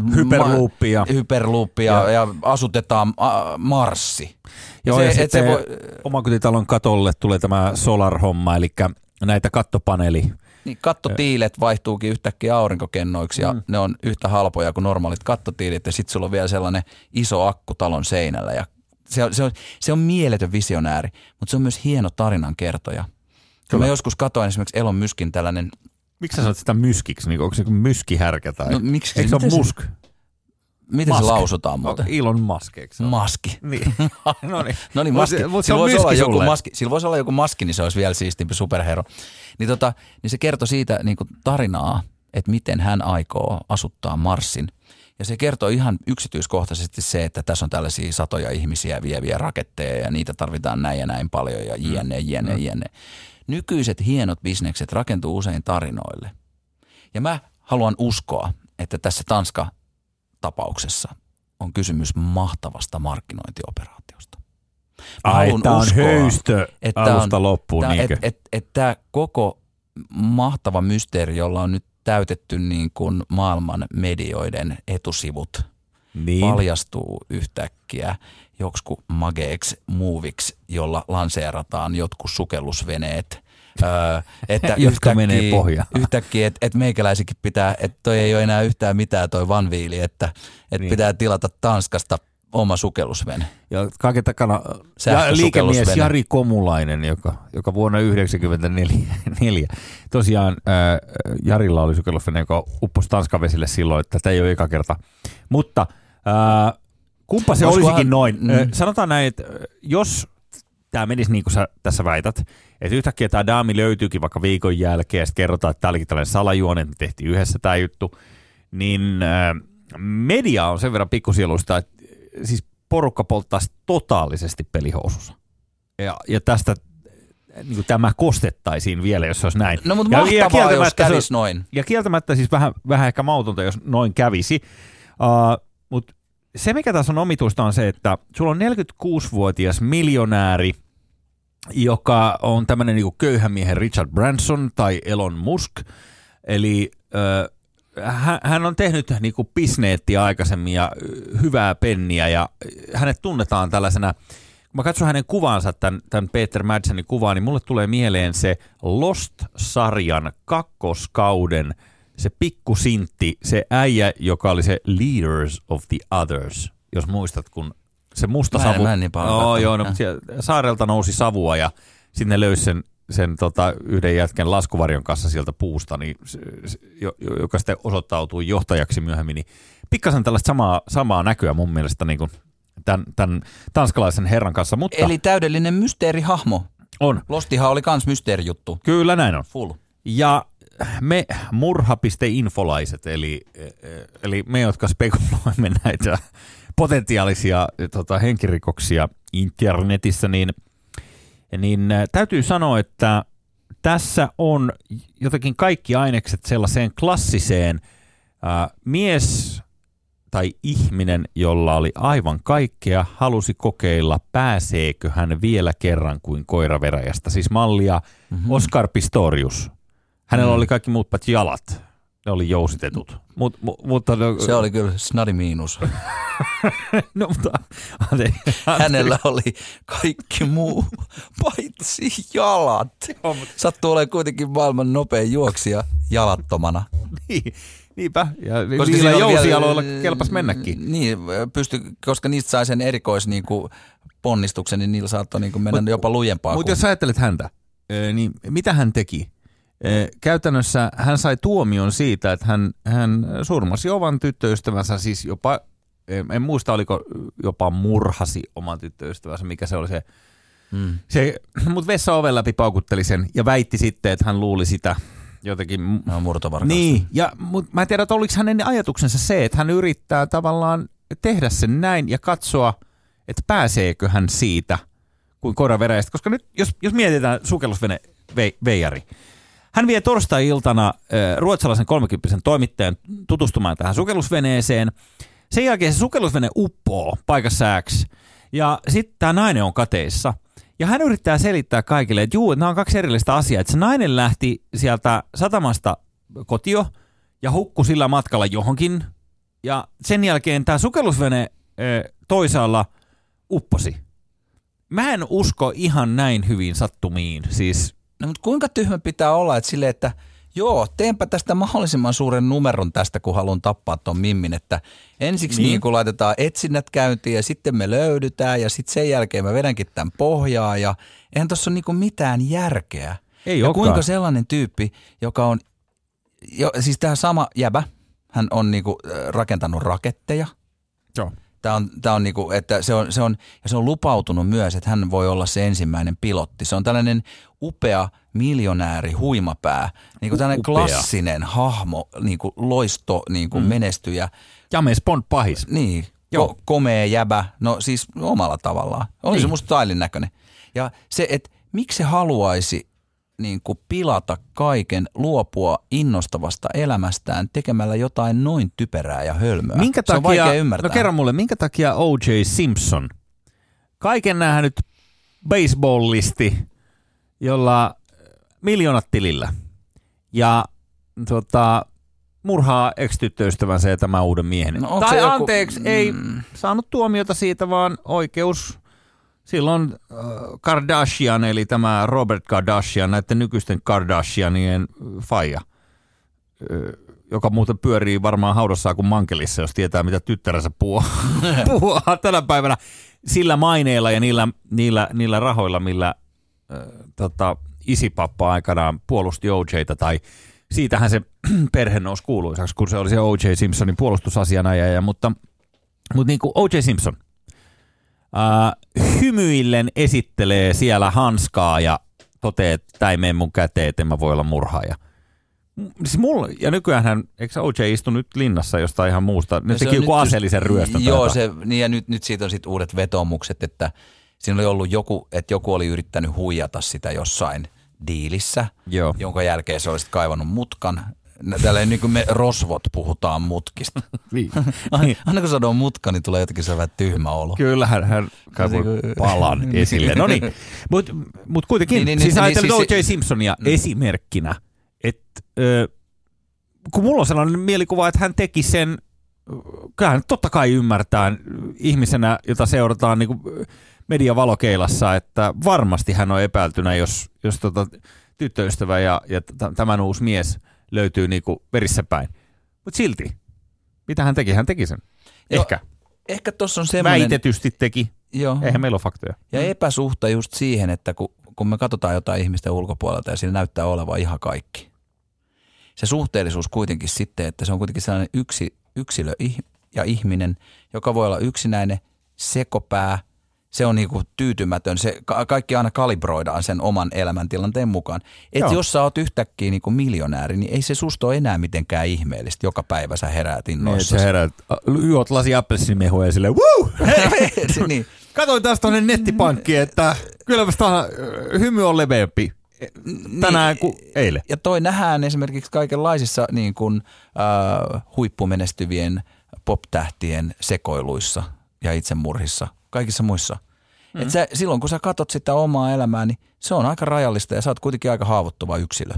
Hyperloopia ja asutetaan Marssi. Joo, ja sitten omakotitalon katolle tulee tämä solar-homma, eli näitä kattopaneeli. Niin, kattotiilet vaihtuukin yhtäkkiä aurinkokennoiksi ja ne on yhtä halpoja kuin normaalit kattotiilit ja sitten sulla on vielä sellainen iso akku talon seinällä ja se on mieletön visionääri, mutta se on myös hieno tarinankertoja. Mä joskus katoin esimerkiksi Elon Muskin tällainen... Miksi sä sanot sitä myskiksi? Niin onko se myskihärkä tai... No, miksi? Eikö se ole musk? Miten se lausutaan muuten? Elon Musk, eikö se ole? Maski. Niin. No niin, maski. Mutta se on myski sulle. Sillä voisi olla joku maski, niin se olisi vielä siistimpi superhero. Niin se kertoi siitä niin kuin tarinaa, että miten hän aikoo asuttaa Marsin. Ja se kertoo ihan yksityiskohtaisesti se, että tässä on tällaisia satoja ihmisiä vieviä raketteja ja niitä tarvitaan näin ja näin paljon ja jne. Nykyiset hienot bisnekset rakentuu usein tarinoille. Ja mä haluan uskoa, että tässä Tanska-tapauksessa on kysymys mahtavasta markkinointioperaatiosta. Tämä on höystö alusta loppuun. Että tämä koko mahtava mysteeri, jolla on nyt täytetty niin kuin maailman medioiden etusivut, paljastuu yhtäkkiä joksikin mageeksi muuviksi, jolla lanseerataan jotkut sukellusveneet. Että jotka menee pohjaan. Yhtäkkiä, että meikäläisikin pitää, että toi ei ole enää yhtään mitään toi vanviili, että pitää tilata Tanskasta oma sukellusvene. Ja kaiken takana liikemies Jari Komulainen, joka vuonna 1994, tosiaan Jarilla oli sukellusvene, joka upposi Tanskan vesille silloin, että tämä ei ole eka kerta. Mutta kumpa se olisikin noin. Sanotaan näin, että jos tämä menisi niin kuin sä tässä väität, että yhtäkkiä tämä daami löytyykin vaikka viikon jälkeen ja sitten kerrotaan, että tämä olikin tällainen salajuone, että me tehtiin yhdessä tämä juttu, niin media on sen verran pikkusieluista, että siis porukka polttaisi totaalisesti pelihousussa. Ja tästä niin kuin tämä kostettaisiin vielä, jos se olisi näin. No mutta mahtavaa, jos kävisi noin. Ja kieltämättä siis vähän ehkä mautonta, jos noin kävisi. Mutta se, mikä tässä on omituista, on se, että sulla on 46-vuotias miljonääri, joka on tämmöinen niin kuin köyhän miehen Richard Branson tai Elon Musk. Eli hän on tehnyt niin kuin bisneettiä aikaisemmin ja hyvää penniä ja hänet tunnetaan tällaisena, kun mä katson hänen kuvaansa, tämän Peter Madsenin kuvaa, niin mulle tulee mieleen se Lost-sarjan kakkoskauden, se pikkusintti, se äijä, joka oli se Leaders of the Others, jos muistat, kun se musta savu. Mä en niin paljon saarelta nousi savua ja sinne löysi sen yhden jätkän laskuvarjon kanssa sieltä puusta, niin joka sitten osoittautui johtajaksi myöhemmin, niin pikkasen tällaista samaa näkyä mun mielestä niin kuin tämän tanskalaisen herran kanssa. Mutta eli täydellinen mysteerihahmo. On. Lostihan oli kans mysteerijuttu. Kyllä näin on. Full. Ja me murha.infolaiset, eli me, jotka spekuloimme näitä potentiaalisia henkirikoksia internetissä, niin täytyy sanoa, että tässä on jotenkin kaikki ainekset sellaiseen klassiseen mies tai ihminen, jolla oli aivan kaikkea, halusi kokeilla, pääseekö hän vielä kerran kuin koira veräjästä. Siis mallia Oscar Pistorius. Hänellä oli kaikki muut paitsi jalat. Ne oli jousitetut. Mutta se oli kyllä snadi miinus. No, mutta hänellä oli kaikki muu paitsi jalat. Sattuu olemaan kuitenkin maailman nopein juoksija jalattomana. Niinpä. Ja niillä jousialoilla kelpas mennäkin. Niin, koska niistä sai sen ponnistuksen, niin niillä saattoi mennä jopa lujempaa. Mutta jos ajattelet häntä, niin mitä hän teki? Käytännössä hän sai tuomion siitä, että hän surmasi oman tyttöystävänsä, siis jopa, en muista oliko jopa murhasi oman tyttöystävänsä, mikä se oli se. Mutta vessaoven läpi paukutteli sen ja väitti sitten, että hän luuli sitä jotenkin. No, murtovarkausta. Niin, mutta mä en tiedä, että oliko hänen ajatuksensa se, että hän yrittää tavallaan tehdä sen näin ja katsoa, että pääseekö hän siitä kuin koiraveräjästä, koska nyt jos mietitään sukellusvene veijari, hän vie torstai-iltana ruotsalaisen 30 toimittajan tutustumaan tähän sukellusveneeseen. Sen jälkeen se sukellusvene uppoo paikassa X. Ja sitten tämä nainen on kateissa. Ja hän yrittää selittää kaikille, että nämä on kaksi erillistä asiaa. Että se nainen lähti sieltä satamasta kotio ja hukkui sillä matkalla johonkin. Ja sen jälkeen tämä sukellusvene toisaalla upposi. Mä en usko ihan näin hyvin sattumiin. Siis no, mutta kuinka tyhmä pitää olla, että silleen, että joo, teenpä tästä mahdollisimman suuren numeron tästä, kun haluan tappaa ton mimmin, että ensiksi niin kun laitetaan etsinnät käyntiin ja sitten me löydytään ja sitten sen jälkeen mä vedänkin tämän pohjaa ja eihän tuossa ole niin mitään järkeä. Ei ja olekaan. Kuinka sellainen tyyppi, joka on, siis tämä sama jäbä, hän on rakentanut raketteja. Joo. Tämä on niinku, että se on lupautunut myös, että hän voi olla se ensimmäinen pilotti. Se on tällainen upea miljonääri huimapää, niinku tällainen klassinen hahmo, niinku loisto, niinku menestyjä, James Bond pahis. Niin, komea jäbä, no siis omalla tavallaan. Oli se musta stylin näköinen. Ja se, että miksi se haluaisi niin kuin pilata kaiken, luopua innostavasta elämästään tekemällä jotain noin typerää ja hölmöä. Se on vaikea ymmärtää. No kerro mulle, minkä takia O.J. Simpson, kaiken nähnyt baseballisti, jolla miljoonat tilillä ja murhaa ex-tyttöystävänsä ja tämän uuden miehen. No, tai anteeksi, ei saanut tuomiota siitä, vaan oikeus silloin Kardashian, eli tämä Robert Kardashian, näiden nykyisten Kardashianien faija, joka muuten pyörii varmaan haudassaan kuin mankelissa, jos tietää, mitä tyttärensä puhuaa tänä päivänä sillä maineella ja niillä rahoilla, millä isipappa aikanaan puolusti O.J.ta, tai siitähän se perhe nousi kuuluisaksi, kun se oli se O.J. Simpsonin puolustusasianajaja, mutta niin kuin O.J. Simpson hymyillen esittelee siellä hanskaa ja toteaa, että tämä ei mene mun käteen, että en mä voi olla murhaaja. Ja nykyäänhän, eikö O.J. istu nyt linnassa jostain ihan muusta? Ne teki joku aseellisen ryöstön. Joo, ja nyt siitä on sitten uudet vetomukset, että siinä oli ollut joku oli yrittänyt huijata sitä jossain diilissä, jonka jälkeen se olisi kaivannut mutkan. Tälleen niin kuin me rosvot puhutaan mutkista. Aina kun sanoo mutka, niin tulee jotenkin sellainen tyhmä olo. Kyllä, hän kaivoi palan esille. No niin, mutta kuitenkin, siis ajattelin O.J. Simpsonia esimerkkinä, että kun mulla on sellainen mielikuva, että hän teki sen, kyllähän totta kai ymmärtää ihmisenä, jota seurataan niin kuin mediavalokeilassa, että varmasti hän on epäiltynä, jos tyttöystävä ja tämän uusi mies löytyy niinku verissä päin. Mutta silti, mitä hän teki? Hän teki sen. Ehkä tuossa on semmoinen... Väitetysti teki. Joo. Eihän meillä ole faktoja. Ja epäsuhta just siihen, että kun me katsotaan jotain ihmisten ulkopuolelta ja siinä näyttää olevan ihan kaikki. Se suhteellisuus kuitenkin sitten, että se on kuitenkin sellainen yksilö ja ihminen, joka voi olla yksinäinen, sekopää. Se on niinku tyytymätön. Kaikki aina kalibroidaan sen oman elämäntilanteen mukaan. Että jos sä oot yhtäkkiä niinku miljonääri, niin ei se susta ole enää mitenkään ihmeellistä. Joka päivä sä heräät innoissasi. Sä heräät, juot lasi appelsiinimehua ja silleen, wuu! Niin. Katoin taas tuonne nettipankkiin, että kyllä vasta hymy on leveämpi tänään kuin eilen. Ja toi nähdään esimerkiksi kaikenlaisissa niin kuin, huippumenestyvien pop-tähtien sekoiluissa ja itsemurhissa. Kaikissa muissa. Että silloin kun sä katot sitä omaa elämää, niin se on aika rajallista ja sä oot kuitenkin aika haavoittuva yksilö.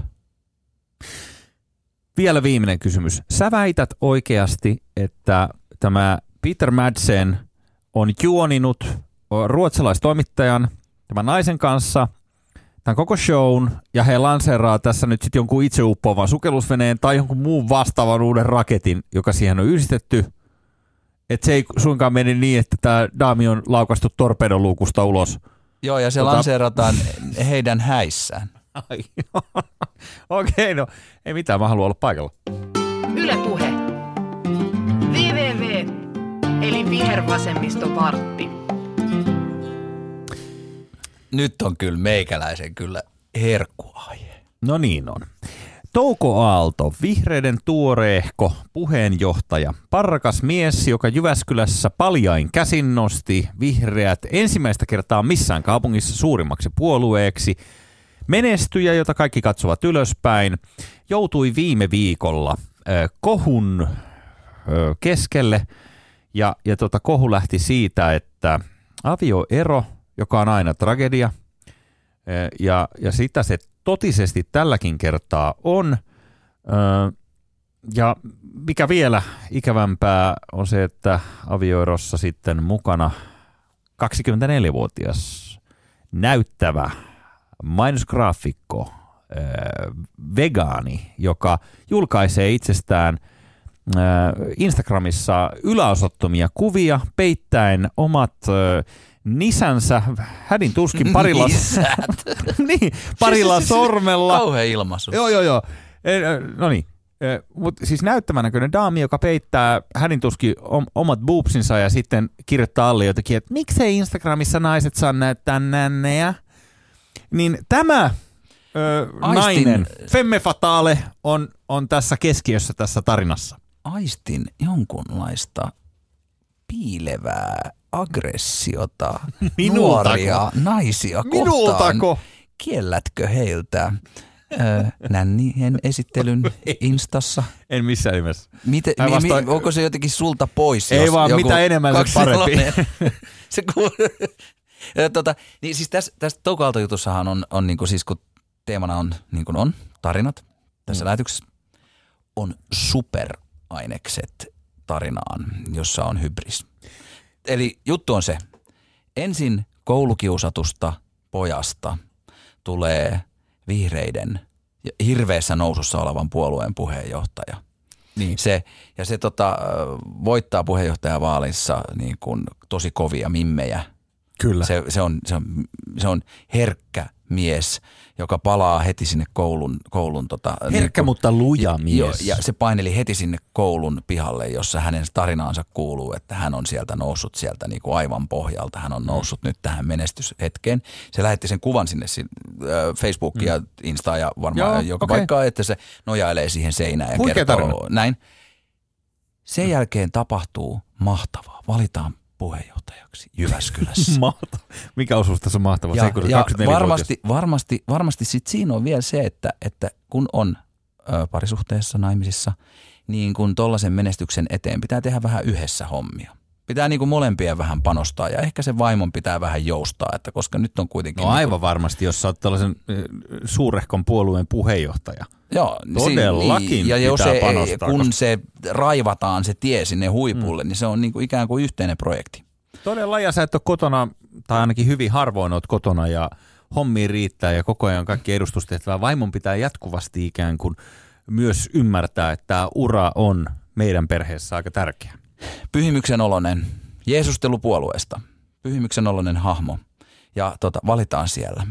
Vielä viimeinen kysymys. Sä väität oikeasti, että tämä Peter Madsen on juoninut ruotsalaistoimittajan, tämän naisen kanssa, tämän koko shown, ja he lanseeraa tässä nyt sitten jonkun itseuppoavan sukellusveneen tai jonkun muun vastaavan uuden raketin, joka siihen on yhdistetty. Että se ei suinkaan mene niin, että tämä daami on laukastu torpedoluukusta ulos. Joo, ja se lanseerataan heidän häissään. Okei, no ei mitään, mä haluan olla paikalla. Yle Puhe. VVV, eli vihervasemmistovartti. Nyt on kyllä meikäläisen kyllä herkkuaihe. No niin on. Touko Aalto, vihreiden tuoreehko puheenjohtaja, parkas mies, joka Jyväskylässä paljain käsin nosti vihreät ensimmäistä kertaa missään kaupungissa suurimmaksi puolueeksi. Menestyjä, jota kaikki katsovat ylöspäin, joutui viime viikolla kohun keskelle ja kohu lähti siitä, että avioero, joka on aina tragedia, ja sitä se totisesti tälläkin kertaa on. Ja mikä vielä ikävämpää on se, että avioerossa sitten mukana 24-vuotias näyttävä mainosgraafikko, vegaani, joka julkaisee itsestään Instagramissa yläosattomia kuvia peittäen omat nisänsä hädin tuskin parilla, niin, parilla sormella. Kauhea ilmaisu. Joo. No niin. Mutta siis näyttävän näköinen daami, joka peittää hädin tuskin omat boobsinsa ja sitten kirjoittaa alle jotenkin, että miksei Instagramissa naiset saa näyttää nännejä. Niin tämä nainen, femme fatale, on tässä keskiössä tässä tarinassa. aistin jonkunlaista piilevää aggressiota nuoria naisia kohtaan. Minultako? Kiellätkö heiltä nännien esittelyn Instassa? En missään nimessä. Onko se jotenkin sulta pois? Ei vaan, mitä enemmän se parempi. Se niin siis tästä Touko Aalto-jutussahan on niin kuin siis, kun teemana on niin kuin on tarinat tässä lähetyksessä, on superainekset tarinaan, jossa on hybris. Eli juttu on se, ensin koulukiusatusta pojasta tulee vihreiden hirveässä nousussa olevan puolueen puheenjohtaja. Niin. Se voittaa puheenjohtajavaalissa niin kuin tosi kovia mimmejä. Kyllä. Se on herkkä mies, joka palaa heti sinne koulun herkkä, mutta luja mies. Ja se paineli heti sinne koulun pihalle, jossa hänen tarinaansa kuuluu, että hän on sieltä noussut sieltä niin kuin aivan pohjalta. Hän on noussut nyt tähän menestyshetkeen. Se lähetti sen kuvan sinne Facebookiin ja Instaan ja varmaan joka paikkaan, että se nojailee siihen seinään ja kertoo näin. Sen jälkeen tapahtuu mahtavaa. Valitaan puheenjohtajaksi Jyväskylässä. Mikä osuus tässä on mahtava? Ja varmasti sit siinä on vielä se, että kun on parisuhteessa, naimisissa, niin kun tollaisen menestyksen eteen pitää tehdä vähän yhdessä hommia. Pitää niin kuin molempien vähän panostaa ja ehkä sen vaimon pitää vähän joustaa, että koska nyt on kuitenkin... No aivan varmasti, jos sä oot tällaisen suurehkon puolueen puheenjohtaja. Joo, todellakin ja pitää panostaa. Kun se raivataan se tie sinne huipulle, niin se on niin kuin ikään kuin yhteinen projekti. Todella, ja sä et ole kotona, tai ainakin hyvin harvoin oot kotona ja hommiin riittää ja koko ajan kaikki edustustehtävää. Vaimon pitää jatkuvasti ikään kuin myös ymmärtää, että tämä ura on meidän perheessä aika tärkeä. Pyhimyksen oloinen, Jeesustelupuolueesta, pyhimyksen oloinen hahmo ja valitaan siellä.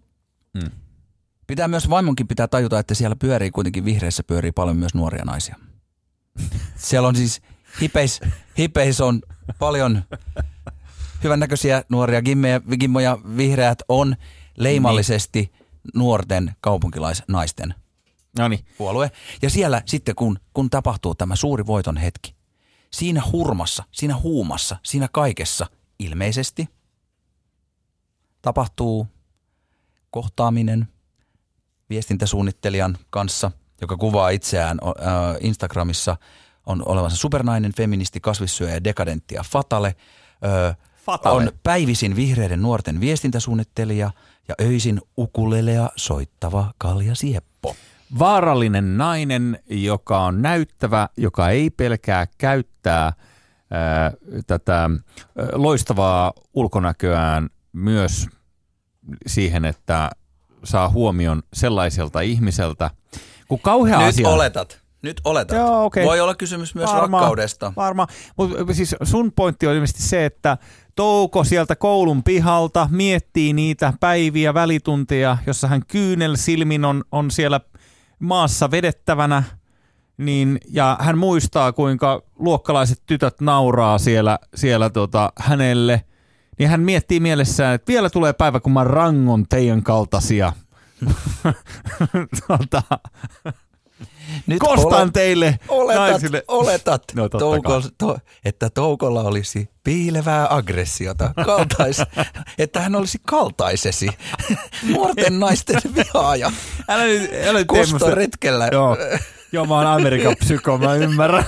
Vaimonkin pitää tajuta, että siellä kuitenkin vihreissä pyörii paljon myös nuoria naisia. Siellä on siis hipeis on paljon hyvännäköisiä nuoria gimmoja, vihreät on leimallisesti nuorten kaupunkilaisnaisten puolue. Ja siellä sitten kun tapahtuu tämä suuri voiton hetki, siinä hurmassa, siinä huumassa, siinä kaikessa ilmeisesti tapahtuu kohtaaminen viestintäsuunnittelijan kanssa, joka kuvaa itseään Instagramissa, on olevansa supernainen, feministi, kasvissyöjä, dekadentti ja fatale. On päivisin vihreiden nuorten viestintäsuunnittelija ja öisin ukulelea soittava kaljasieppo. Vaarallinen nainen, joka on näyttävä, joka ei pelkää käyttää tätä loistavaa ulkonäköään myös siihen, että saa huomion sellaiselta ihmiseltä, kun kauhea asia... Nyt oletat. Joo, okay. Voi olla kysymys myös rakkaudesta. Varmaan, mutta siis sun pointti on ilmeisesti se, että Touko sieltä koulun pihalta miettii niitä päiviä, välitunteja, jossa hän kyynelsilmin on siellä maassa vedettävänä, niin, ja hän muistaa, kuinka luokkalaiset tytöt nauraa siellä hänelle, niin hän miettii mielessään, että vielä tulee päivä, kun mä rangon teidän kaltaisia. Nyt kostan teille naisille. Oletat, no, että Toukolla olisi piilevää aggressiota, että hän olisi kaltaisesi, nuorten naisten vihaaja, kostoretkellä. Joo, mä oon Amerikan psyko, mä ymmärrän.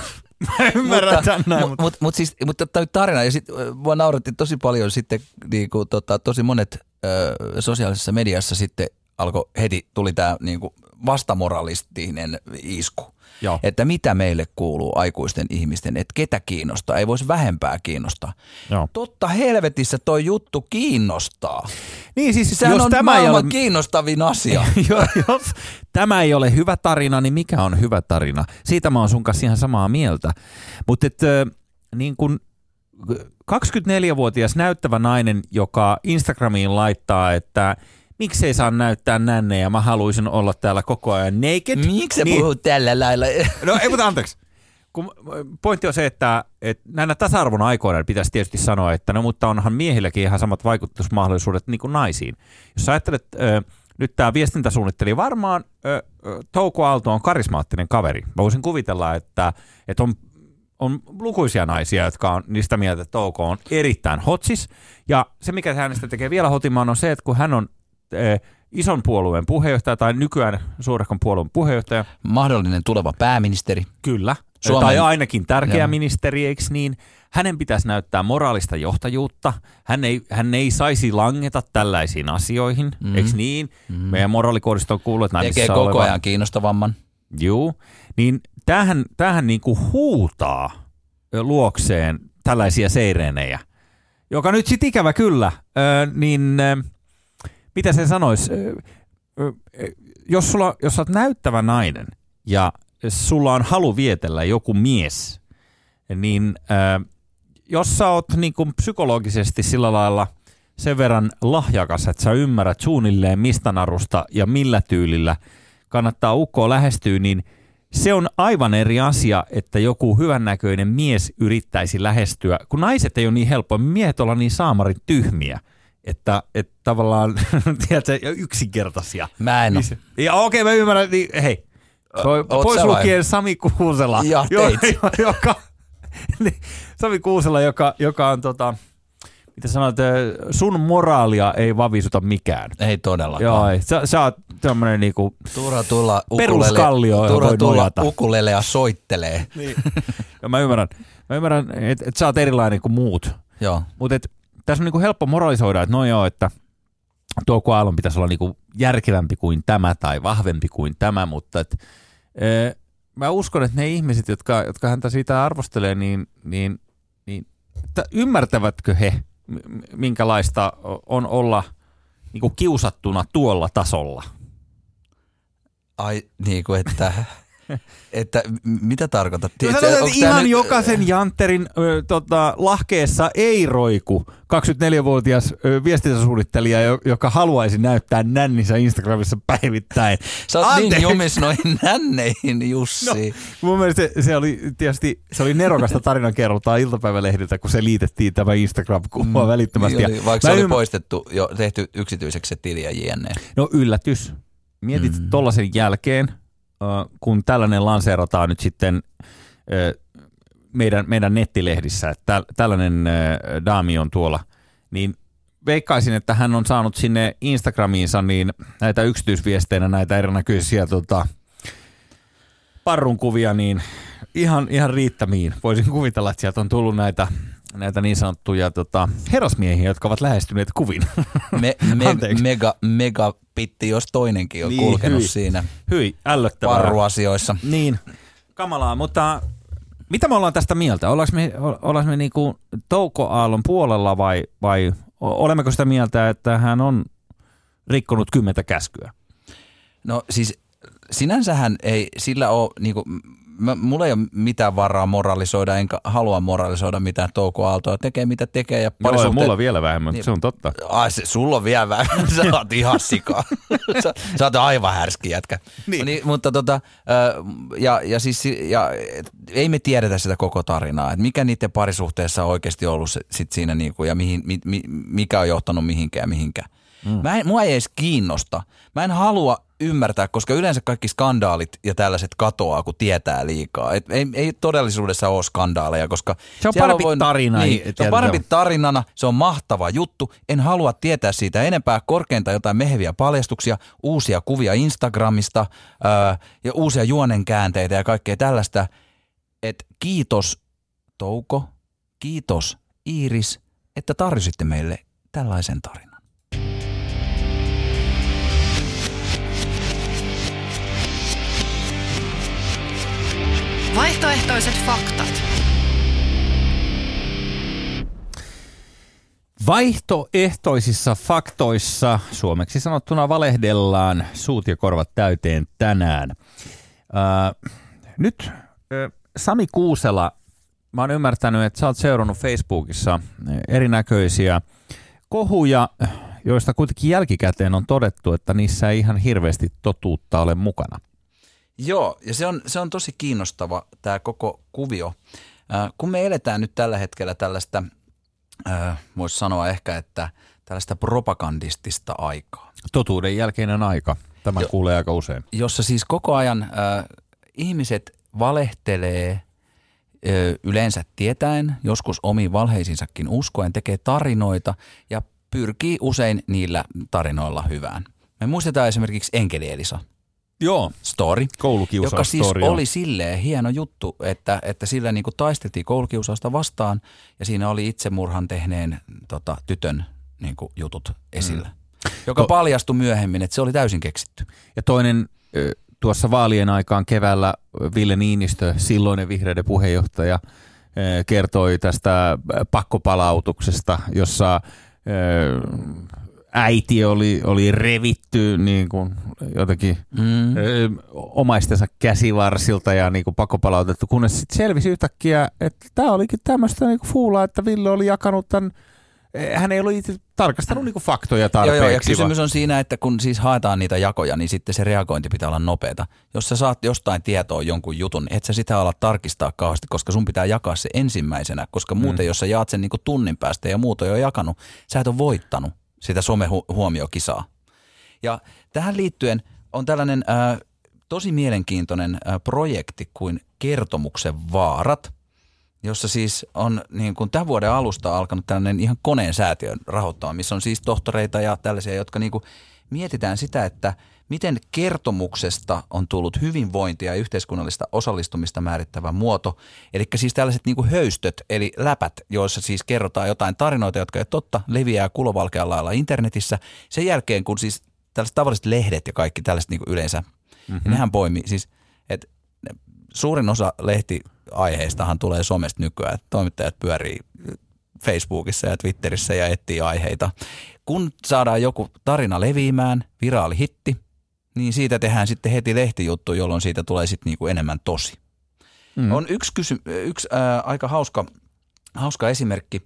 Mutta tämä tarina, ja sitten mua naurattiin tosi paljon sitten, niinku, tosi monet sosiaalisessa mediassa sitten tuli tämä niinku vastamoralistinen isku. Joo. Että mitä meille kuuluu aikuisten ihmisten, että ketä kiinnostaa, ei voisi vähempää kiinnostaa. Joo. Totta helvetissä toi juttu kiinnostaa. Niin siis, sehän jos on tämä maailman ei ole kiinnostavin asia. Jos tämä ei ole hyvä tarina, niin mikä on hyvä tarina? Siitä mä oon sun kanssa ihan samaa mieltä. Mutta niin kun 24-vuotias näyttävä nainen, joka Instagramiin laittaa, että miksei saa näyttää nännejä, mä haluaisin olla täällä koko ajan naked. Miksi sä puhut tällä lailla? No ei, mutta anteeksi. Pointti on se, että näinä tasa-arvon aikoina pitäisi tietysti sanoa, että no mutta onhan miehilläkin ihan samat vaikutusmahdollisuudet niin kuin naisiin. Jos sä ajattelet nyt tämä viestintäsuunnittelija varmaan Touko Aalto on karismaattinen kaveri. Mä voisin kuvitella, että on lukuisia naisia, jotka on niistä mieltä, että Touko on erittäin hotsis. Ja se, mikä hänestä tekee vielä hotimaan, on se, että kun hän on ison puolueen puheenjohtaja tai nykyään suurehkon puolueen puheenjohtaja. Mahdollinen tuleva pääministeri. Kyllä. Suomen... Tai ainakin tärkeä ministeri, eikö niin? Hänen pitäisi näyttää moraalista johtajuutta. Hän ei saisi langeta tällaisiin asioihin, eikö niin? Meidän moraalikoodisto on kuullut, että tekee koko ajan kiinnostavamman. Joo. Niin tämähän niinku huutaa luokseen tällaisia seireenejä, joka nyt sitten ikävä kyllä, mitä se sanoisi, jos sä oot näyttävä nainen ja sulla on halu vietellä joku mies, niin jos sä oot niinku psykologisesti sillä lailla sen verran lahjakas, että sä ymmärrät suunnilleen mistä narusta ja millä tyylillä kannattaa ukkoa lähestyä, niin se on aivan eri asia, että joku hyvännäköinen mies yrittäisi lähestyä, kun naiset ei ole niin helppoa, miehet olla niin saamarin tyhmiä, että tavallaan, tiedätkö, yksinkertaisia. Mä en ole. Ja okei, mä ymmärrän, niin hei, pois lukien Sami Kuusela, Sami Kuusela, joka on mitä sanoit, sun moraalia ei vavisuta mikään. Ei todellakaan. Joo, ei. Sä oot tämmönen niinku turha tulla ukulele ja soittelee. Niin. Ja mä ymmärrän että sä oot erilainen kuin muut. Joo. Mutta tässä on niinku helppo moralisoida, että no joo, että Touko Aallon pitäisi olla niinku järkevämpi kuin tämä tai vahvempi kuin tämä, mutta mä uskon, että ne ihmiset, jotka häntä siitä arvostelee, niin ymmärtävätkö he, minkälaista on olla niinku kiusattuna tuolla tasolla? Ai niin kuin, että mitä tarkoitat? Ihan jokaisen jantterin lahkeessa ei roiku 24-vuotias viestintäsuunnittelija, joka haluaisi näyttää nänninsä Instagramissa päivittäin. Sä oot niin jumis noihin nänneihin, Jussi. No, mun mielestä se oli nerokasta tarinankerrontaa iltapäivälehdiltä, kun se liitettiin tämä Instagram-kuva välittömästi. Vaikka se oli poistettu, jo tehty yksityiseksi se tili ja jne. No yllätys. Mietit tollaisen jälkeen, kun tällainen lanseerataan nyt sitten meidän nettilehdissä, että tällainen daami on tuolla, niin veikkaisin, että hän on saanut sinne Instagramiinsa niin näitä yksityisviesteinä, näitä erinäköisiä parrunkuvia, niin ihan riittämiin. Voisin kuvitella, että sieltä on tullut näitä niin sanottuja herrasmiehiä, jotka ovat lähestyneet kuvin. Megapitti, jos toinenkin on niin, kulkenut siinä. Hyi, ällöttävää. Parruasioissa. Niin, kamalaa, mutta mitä me ollaan tästä mieltä? Ollaanko me niinku Touko Aallon puolella vai olemmeko sitä mieltä, että hän on rikkonut 10 käskyä? No siis sinänsähän ei sillä ole niinku... Mulla ei ole mitään varaa moralisoida, enkä halua moralisoida mitään Touko Aaltoa. Tekee mitä tekee. Ja joo, mulla on vielä vähemmän, niin, se on totta. Sulla on vielä vähemmän, sä oot ihan sikaa. Sä oot aivan härski jätkä. Niin. Mutta ei me tiedetä sitä koko tarinaa, että mikä niiden parisuhteessa on oikeasti ollut sit siinä niinku, ja mikä on johtanut mihinkään ja mihinkään. Mua ei edes kiinnosta. Mä en halua ymmärtää, koska yleensä kaikki skandaalit ja tällaiset katoaa, kun tietää liikaa. Ei todellisuudessa ole skandaaleja, koska... Se on parempi tarina. Niin, se on parempi tarinana, se on mahtava juttu. En halua tietää siitä enempää, korkeinta jotain meheviä paljastuksia, uusia kuvia Instagramista ja uusia juonenkäänteitä ja kaikkea tällaista. Et kiitos Touko, kiitos Iiris, että tarjositte meille tällaisen tarinan. Vaihtoehtoiset faktat. Vaihtoehtoisissa faktoissa suomeksi sanottuna valehdellaan suut ja korvat täyteen tänään. Nyt Sami Kuusela, mä oon ymmärtänyt, että sä oot seurannut Facebookissa erinäköisiä kohuja, joista kuitenkin jälkikäteen on todettu, että niissä ei ihan hirveästi totuutta ole mukana. Joo, ja se on tosi kiinnostava tämä koko kuvio. Kun me eletään nyt tällä hetkellä tällaista, voisi sanoa ehkä, että tällaista propagandistista aikaa. Totuuden jälkeinen aika. Tämä kuulee aika usein. Jossa siis koko ajan ihmiset valehtelee yleensä tietäen, joskus omiin valheisiinsakin uskoen, tekee tarinoita ja pyrkii usein niillä tarinoilla hyvään. Me muistetaan esimerkiksi Enkeli Elisa. Joo, Story, joka siis oli silleen hieno juttu, että sillä niin kuin taisteltiin koulukiusausta vastaan ja siinä oli itsemurhan tehneen tytön niin kuin jutut esillä, joka paljastui myöhemmin, että se oli täysin keksitty. Ja toinen tuossa vaalien aikaan keväällä Ville Niinistö, silloinen vihreiden puheenjohtaja, kertoi tästä pakkopalautuksesta, jossa äiti oli revitty niin kuin jotenkin omaistensa käsivarsilta ja niin kuin pakkopalautettu, kunnes sitten selvisi yhtäkkiä, että tämä olikin tämmöistä niin kuin fuulaa, että Ville oli jakanut tämän, hän ei ollut itse tarkastanut niin kuin faktoja tarpeeksi. Joo, ja kysymys on siinä, että kun siis haetaan niitä jakoja, niin sitten se reagointi pitää olla nopeata. Jos sä saat jostain tietoa jonkun jutun, niin et sä sitä ala tarkistaa kauheasti, koska sun pitää jakaa se ensimmäisenä, koska muuten jos sä jaat sen niin kuin tunnin päästä ja muut on jo jakanut, sä et ole voittanut sitä some-huomiokisaa. Ja tähän liittyen on tällainen tosi mielenkiintoinen projekti kuin Kertomuksen vaarat, jossa siis on niin kuin tämän vuoden alusta alkanut tällainen ihan koneen säätiön rahoittama, missä on siis tohtoreita ja tällaisia, jotka niin kuin mietitään sitä, että miten kertomuksesta on tullut hyvinvointia ja yhteiskunnallista osallistumista määrittävä muoto. Eli siis tällaiset niin kuin höystöt, eli läpät, joissa siis kerrotaan jotain tarinoita, jotka ei ole totta, leviää kulovalkealla lailla internetissä. Sen jälkeen, kun siis tällaiset tavalliset lehdet ja kaikki tällaiset niin kuin yleensä, ja nehän poimii. Siis, että suurin osa lehtiaiheistahan tulee somesta nykyään. Toimittajat pyörii Facebookissa ja Twitterissä ja etsii aiheita. Kun saadaan joku tarina leviämään, viraali hitti, niin siitä tehdään sitten heti lehtijuttu, jolloin siitä tulee sitten niinku enemmän tosi. On yksi aika hauska esimerkki.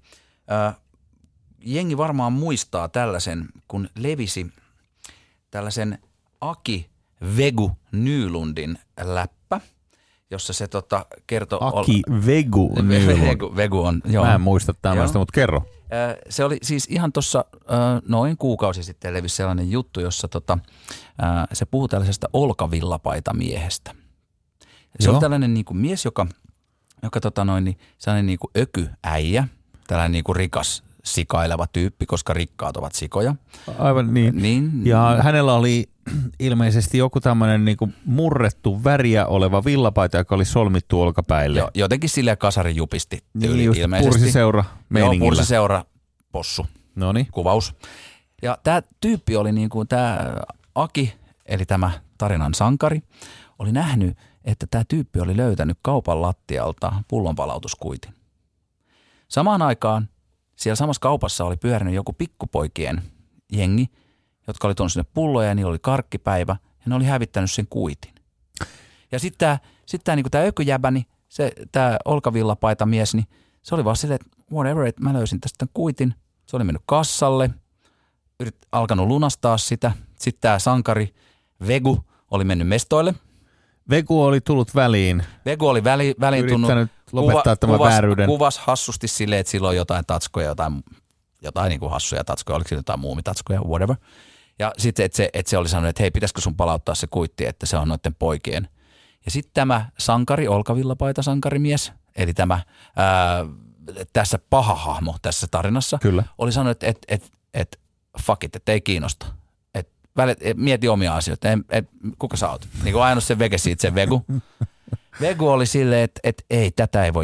Jengi varmaan muistaa tällaisen, kun levisi tällaisen Aki Vegu Nylundin läppä, jossa se kertoi... Aki Vegu Nylund. Vegu on, joo. Mä en muista tämmöistä, mutta kerro. Se oli siis ihan tuossa noin kuukausi sitten levisi sellainen juttu, jossa se puhuu tällaisesta olkavillapaita-miehestä. Se on tällainen niin kuin mies, joka sellainen niin kuin ökyäijä, tällainen niin kuin rikas sikaileva tyyppi, koska rikkaat ovat sikoja. Aivan niin. Ja hänellä oli ilmeisesti joku tämmöinen niin kuin murrettu väriä oleva villapaita, joka oli solmittu olkapäille. Joo, jotenkin silleen kasarijupisti tyyli just ilmeisesti. Pursiseura meiningillä. Joo, pursiseura possu. Noniin. Kuvaus. Ja tämä tyyppi oli niin kuin tämä Aki, eli tämä tarinan sankari, oli nähnyt, että tämä tyyppi oli löytänyt kaupan lattialta pullonpalautuskuitin. Samaan aikaan siellä samassa kaupassa oli pyörinyt joku pikkupoikien jengi, jotka oli tuonut sinne pulloja ja niillä oli karkkipäivä ja ne oli hävittänyt sen kuitin. Ja sitten tämä niinku ökyjäbä, niin tämä olkavillapaita mies, niin se oli vaan silleen, että whatever, että mä löysin tästä kuitin. Se oli mennyt kassalle, alkanut lunastaa sitä. Sitten tämä sankari Vegu oli mennyt mestoille. Vegu oli tullut väliin. Vegu oli väliin yrittänyt lopettaa tämän vääryyden. Kuvas hassusti silleen, että sillä on jotain tatskoja, jotain niin kuin hassuja tatskoja, oliko sillä jotain muumitatskoja, whatever. Ja sitten, että se oli sanonut, että hei, pitäisikö sun palauttaa se kuitti, että se on noiden poikien. Ja sitten tämä sankari, olkavillapaita sankarimies, eli tämä tässä paha hahmo tässä tarinassa, kyllä, oli sanonut, että fuck it, että ei kiinnosta. Mieti omia asioita, kuka sä oot? Niin kuin ajanut sen veke siitä, sen Vegu. Vegu oli silleen, että ei, tätä ei voi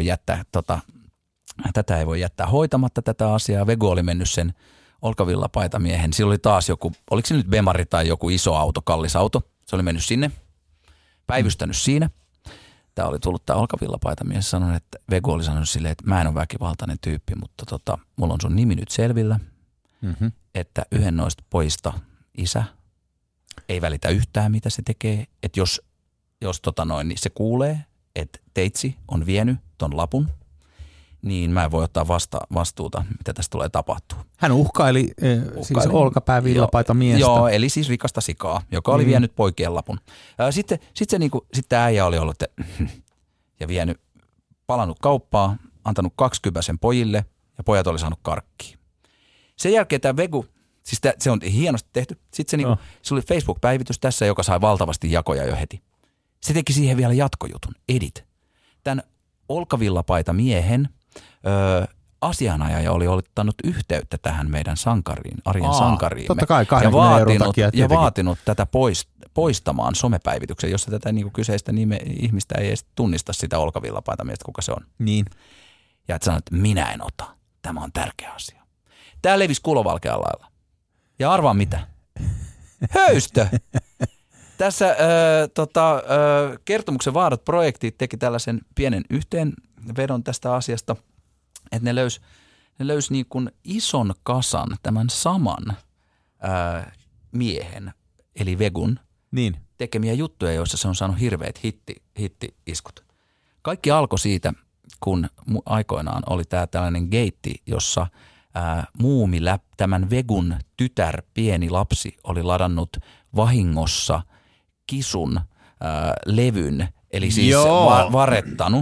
jättää hoitamatta tätä asiaa. Vegu oli mennyt sen olkavillapaitamiehen. Sillä oli taas joku, oliko se nyt Bemari tai joku iso auto, kallis auto. Se oli mennyt sinne, päivystänyt siinä. Tämä oli tullut tämä olkavillapaitamies sanonut, että Vegu oli sanonut silleen, että mä en ole väkivaltainen tyyppi, mutta mulla on sun nimi nyt selvillä, että yhden noista pojista isä ei välitä yhtään, mitä se tekee. Että jos niin se kuulee, että teitsi on vienyt ton lapun, niin mä en voi ottaa vastuuta, mitä tästä tulee tapahtua. Hän uhkaili siis olkapäävillapaita miestä. Joo, eli siis rikasta sikaa, joka oli vienyt poikien lapun. Sitten tämä äijä oli ollut ja palannut kauppaa, antanut 2 kypäsen pojille ja pojat oli saanut karkkiin. Sen jälkeen tämä Vegu, siis se on hienosti tehty. Sitten se, niinku, se oli Facebook-päivitys tässä, joka sai valtavasti jakoja jo heti. Se teki siihen vielä jatkojutun, edit. Tämän olkavillapaita miehen asianajaja oli ottanut yhteyttä tähän meidän sankariin, arjen sankariimme. Totta kai, ja vaatinut tätä poistamaan somepäivityksen, jossa tätä niinku kyseistä ihmistä ei edes tunnista sitä olkavillapaita miestä, kuka se on. Niin. Ja et sanoi, että minä en ota. Tämä on tärkeä asia. Tämä levisi kulovalkean lailla. Ja arvaa mitä? Höystö! Tässä kertomuksen Vaarat-projekti teki tällaisen pienen yhteenvedon tästä asiasta, että ne löys niin kuin ison kasan tämän saman miehen, eli Vegun, tekemiä juttuja, joissa se on saanut hirveät hitti-iskut. Kaikki alkoi siitä, kun aikoinaan oli tällainen geitti, jossa tämän Vegun tytär, pieni lapsi, oli ladannut vahingossa Kisun levyn, eli siis varettanut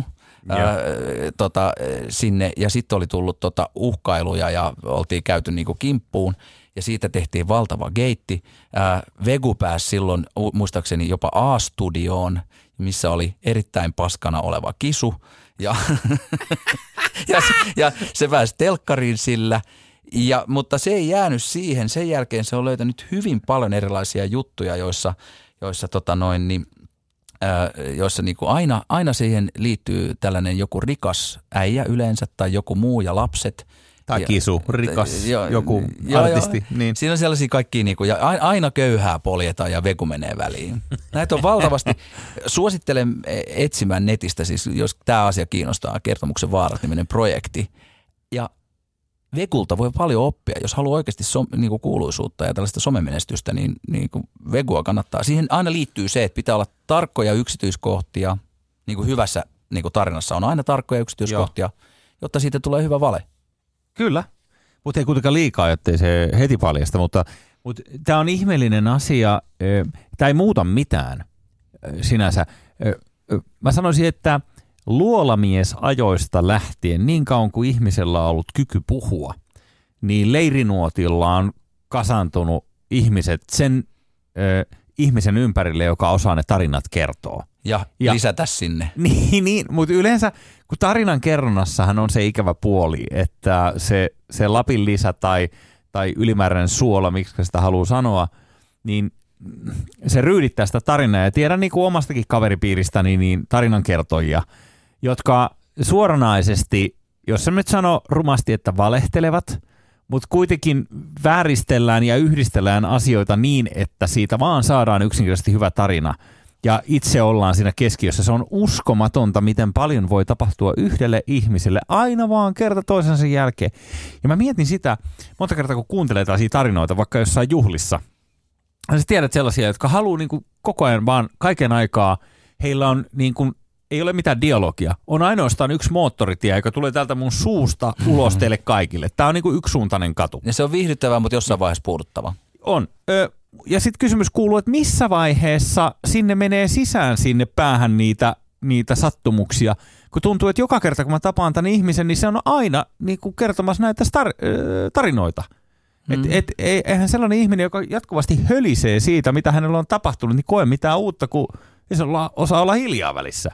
sinne, ja sitten oli tullut uhkailuja ja oltiin käyty niinku kimppuun, ja siitä tehtiin valtava geitti. Vegu pääsi silloin muistaakseni jopa A-studioon, missä oli erittäin paskana oleva Kisu, ja se pääsi telkkariin sillä. Mutta se ei jäänyt siihen. Sen jälkeen se on löytänyt hyvin paljon erilaisia juttuja, joissa niinku aina siihen liittyy tällainen joku rikas äijä yleensä tai joku muu ja lapset. Tai Kisu, rikas, joku artisti. Niin. Siinä on sellaisia kaikkia, niinku, ja aina köyhää poljetaan ja Vegu menee väliin. Näitä on valtavasti. Suosittelen etsimään netistä, siis jos tämä asia kiinnostaa, Kertomuksen Vaarat-niminen projekti. Ja Vegulta voi paljon oppia, jos haluaa oikeasti niinku kuuluisuutta ja tällaista somemenestystä, niin niinku Vegua kannattaa. Siihen aina liittyy se, että pitää olla tarkkoja yksityiskohtia, niin kuin hyvässä niinku tarinassa on aina tarkkoja yksityiskohtia, jotta siitä tulee hyvä vale. Kyllä, mutta ei kuitenkaan liikaa, ettei se heti paljasta, mutta tämä on ihmeellinen asia, tämä ei muuta mitään sinänsä. Mä sanoisin, että luolamies ajoista lähtien, niin kauan kuin ihmisellä on ollut kyky puhua, niin leirinuotilla on kasantunut ihmiset sen ihmisen ympärille, joka osaa ne tarinat kertoa. Ja lisätä sinne. Niin, mutta yleensä kun tarinan kerronnassahan on se ikävä puoli, että se Lapin lisä tai ylimääräinen suola, miksi sitä haluaa sanoa, niin se ryydittää sitä tarinaa. Ja tiedän niin kuin omastakin kaveripiiristäni niin tarinankertojia, jotka suoranaisesti, jos en nyt sano rumasti, että valehtelevat, mutta kuitenkin vääristellään ja yhdistellään asioita niin, että siitä vaan saadaan yksinkertaisesti hyvä tarina. Ja itse ollaan siinä keskiössä. Se on uskomatonta, miten paljon voi tapahtua yhdelle ihmiselle aina vaan kerta toisensa jälkeen. Ja mä mietin sitä monta kertaa, kun kuuntelee tällaisia tarinoita, vaikka jossain juhlissa. Ja sä tiedät sellaisia, jotka haluaa niin kuin koko ajan vaan kaiken aikaa, heillä on niin kuin, ei ole mitään dialogia. On ainoastaan yksi moottoritie, joka tulee täältä mun suusta ulos teille kaikille. Tää on niin kuin yksisuuntainen katu. Ja se on viihdyttävää, mutta jossain vaiheessa puuduttava. On. Ja sitten kysymys kuuluu, että missä vaiheessa sinne menee sisään sinne päähän niitä sattumuksia, kun tuntuu, että joka kerta kun mä tapaan tämän ihmisen, niin se on aina niin kuin kertomassa näitä tarinoita. Eihän sellainen ihminen, joka jatkuvasti hölisee siitä, mitä hänellä on tapahtunut, niin koe mitään uutta, kun ei se osaa olla hiljaa välissä.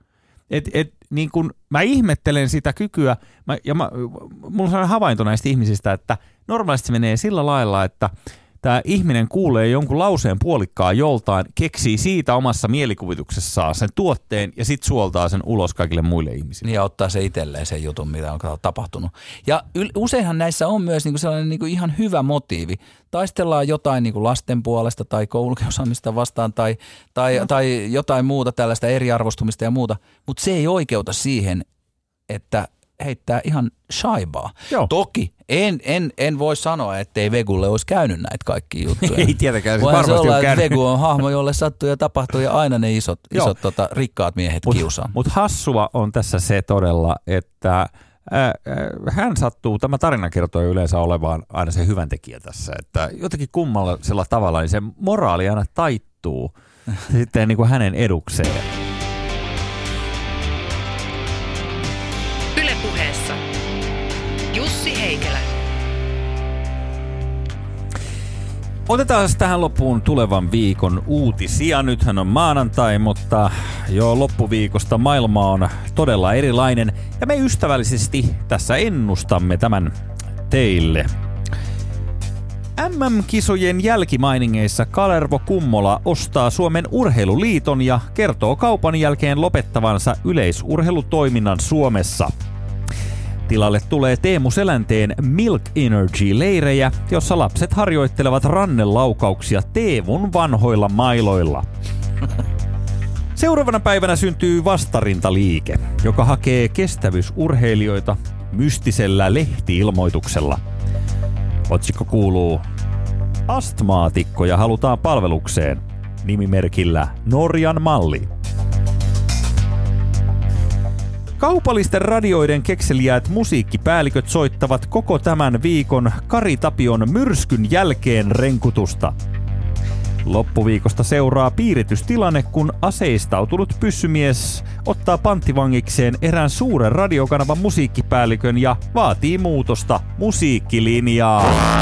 Niin kun mä ihmettelen sitä kykyä, mulla on sellainen havainto näistä ihmisistä, että normaalisti se menee sillä lailla, että tämä ihminen kuulee jonkun lauseen puolikkaan joltain, keksii siitä omassa mielikuvituksessaan sen tuotteen ja sitten suoltaa sen ulos kaikille muille ihmisille. Ja ottaa se itselleen sen jutun, mitä on tapahtunut. Ja useinhan näissä on myös niinku sellainen niinku ihan hyvä motiivi. Taistellaan jotain niinku lasten puolesta tai koulukiusaamista vastaan tai jotain muuta tällaista eriarvostumista ja muuta, mutta se ei oikeuta siihen, että heittää ihan shaibaa. Joo. Toki en voi sanoa, ettei Vegulle olisi käynyt näitä kaikkia juttuja. Ei tietenkään. Voihan se olla, että Vegu on hahmo, jolle sattuu ja tapahtuu ja aina ne isot rikkaat miehet kiusaa. Mutta hassua on tässä se todella, että hän sattuu, tämä tarinankertoja yleensä olevaan aina se hyvän tekijä tässä, että jotenkin kummallisella tavalla niin se moraali aina taittuu sitten niin kuin hänen edukseen. Yle Puheessa Jussi Heikelä. Otetaan tähän loppuun tulevan viikon uutisia. Nythän on maanantai, mutta jo loppuviikosta maailma on todella erilainen. Ja me ystävällisesti tässä ennustamme tämän teille. MM-kisojen jälkimainingeissa Kalervo Kummola ostaa Suomen Urheiluliiton ja kertoo kaupan jälkeen lopettavansa yleisurheilutoiminnan Suomessa. Tilalle tulee Teemu Selänteen Milk Energy-leirejä, jossa lapset harjoittelevat rannelaukauksia Teevun vanhoilla mailoilla. Seuraavana päivänä syntyy vastarintaliike, joka hakee kestävyysurheilijoita mystisellä lehti-ilmoituksella. Otsikko kuuluu: astmaatikkoja halutaan palvelukseen, nimimerkillä Norjan malli. Kaupallisten radioiden kekseliäät musiikkipäälliköt soittavat koko tämän viikon Kari Tapion Myrskyn jälkeen renkutusta. Loppuviikosta seuraa piiritystilanne, kun aseistautunut pyssymies ottaa panttivangikseen erään suuren radiokanavan musiikkipäällikön ja vaatii muutosta musiikkilinjaa.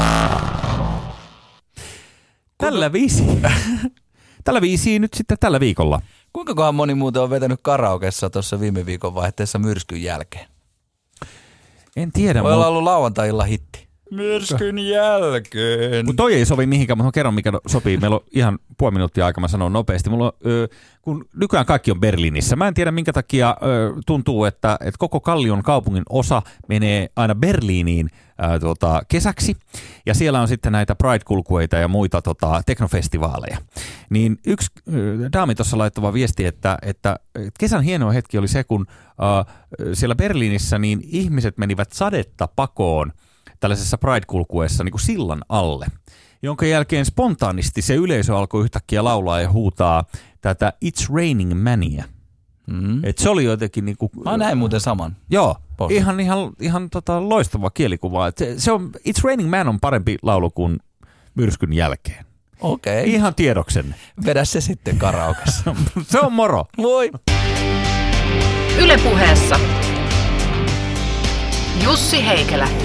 Tällä viisi nyt sitten tällä viikolla. Kuinkakohan moni muuten on vetänyt karaokessa tuossa viime viikon vaihteessa Myrskyn jälkeen? En tiedä. Voi olla ollut lauantai-illan hitti. Myrskyn jälkeen. Mutta toi ei sovi mihinkään, mutta mä kerron mikä sopii. Meillä on ihan puoli minuuttia aikaa, mä sanon nopeasti. Mulla on, kun nykyään kaikki on Berliinissä. Mä en tiedä minkä takia tuntuu, että koko Kallion kaupungin osa menee aina Berliiniin kesäksi. Ja siellä on sitten näitä Pride-kulkueita ja muita teknofestivaaleja. Niin yksi daami tuossa laittava viesti, että kesän hieno hetki oli se, kun siellä Berliinissä niin ihmiset menivät sadetta pakoon tällaisessa Pride-kulkueessa niin kuin sillan alle, jonka jälkeen spontaanisti se yleisö alkoi yhtäkkiä laulaa ja huutaa tätä It's Raining Mania. Et se oli jotenkin niin kuin... Mä näin muuten saman. Joo, ihan loistava kielikuva. Se on, It's Raining Man on parempi laulu kuin Myrskyn jälkeen. Okei. Ihan tiedoksenne. Vedä se sitten karaokessa. Se on moro. Moi. Yle Puheessa Jussi Heikelä.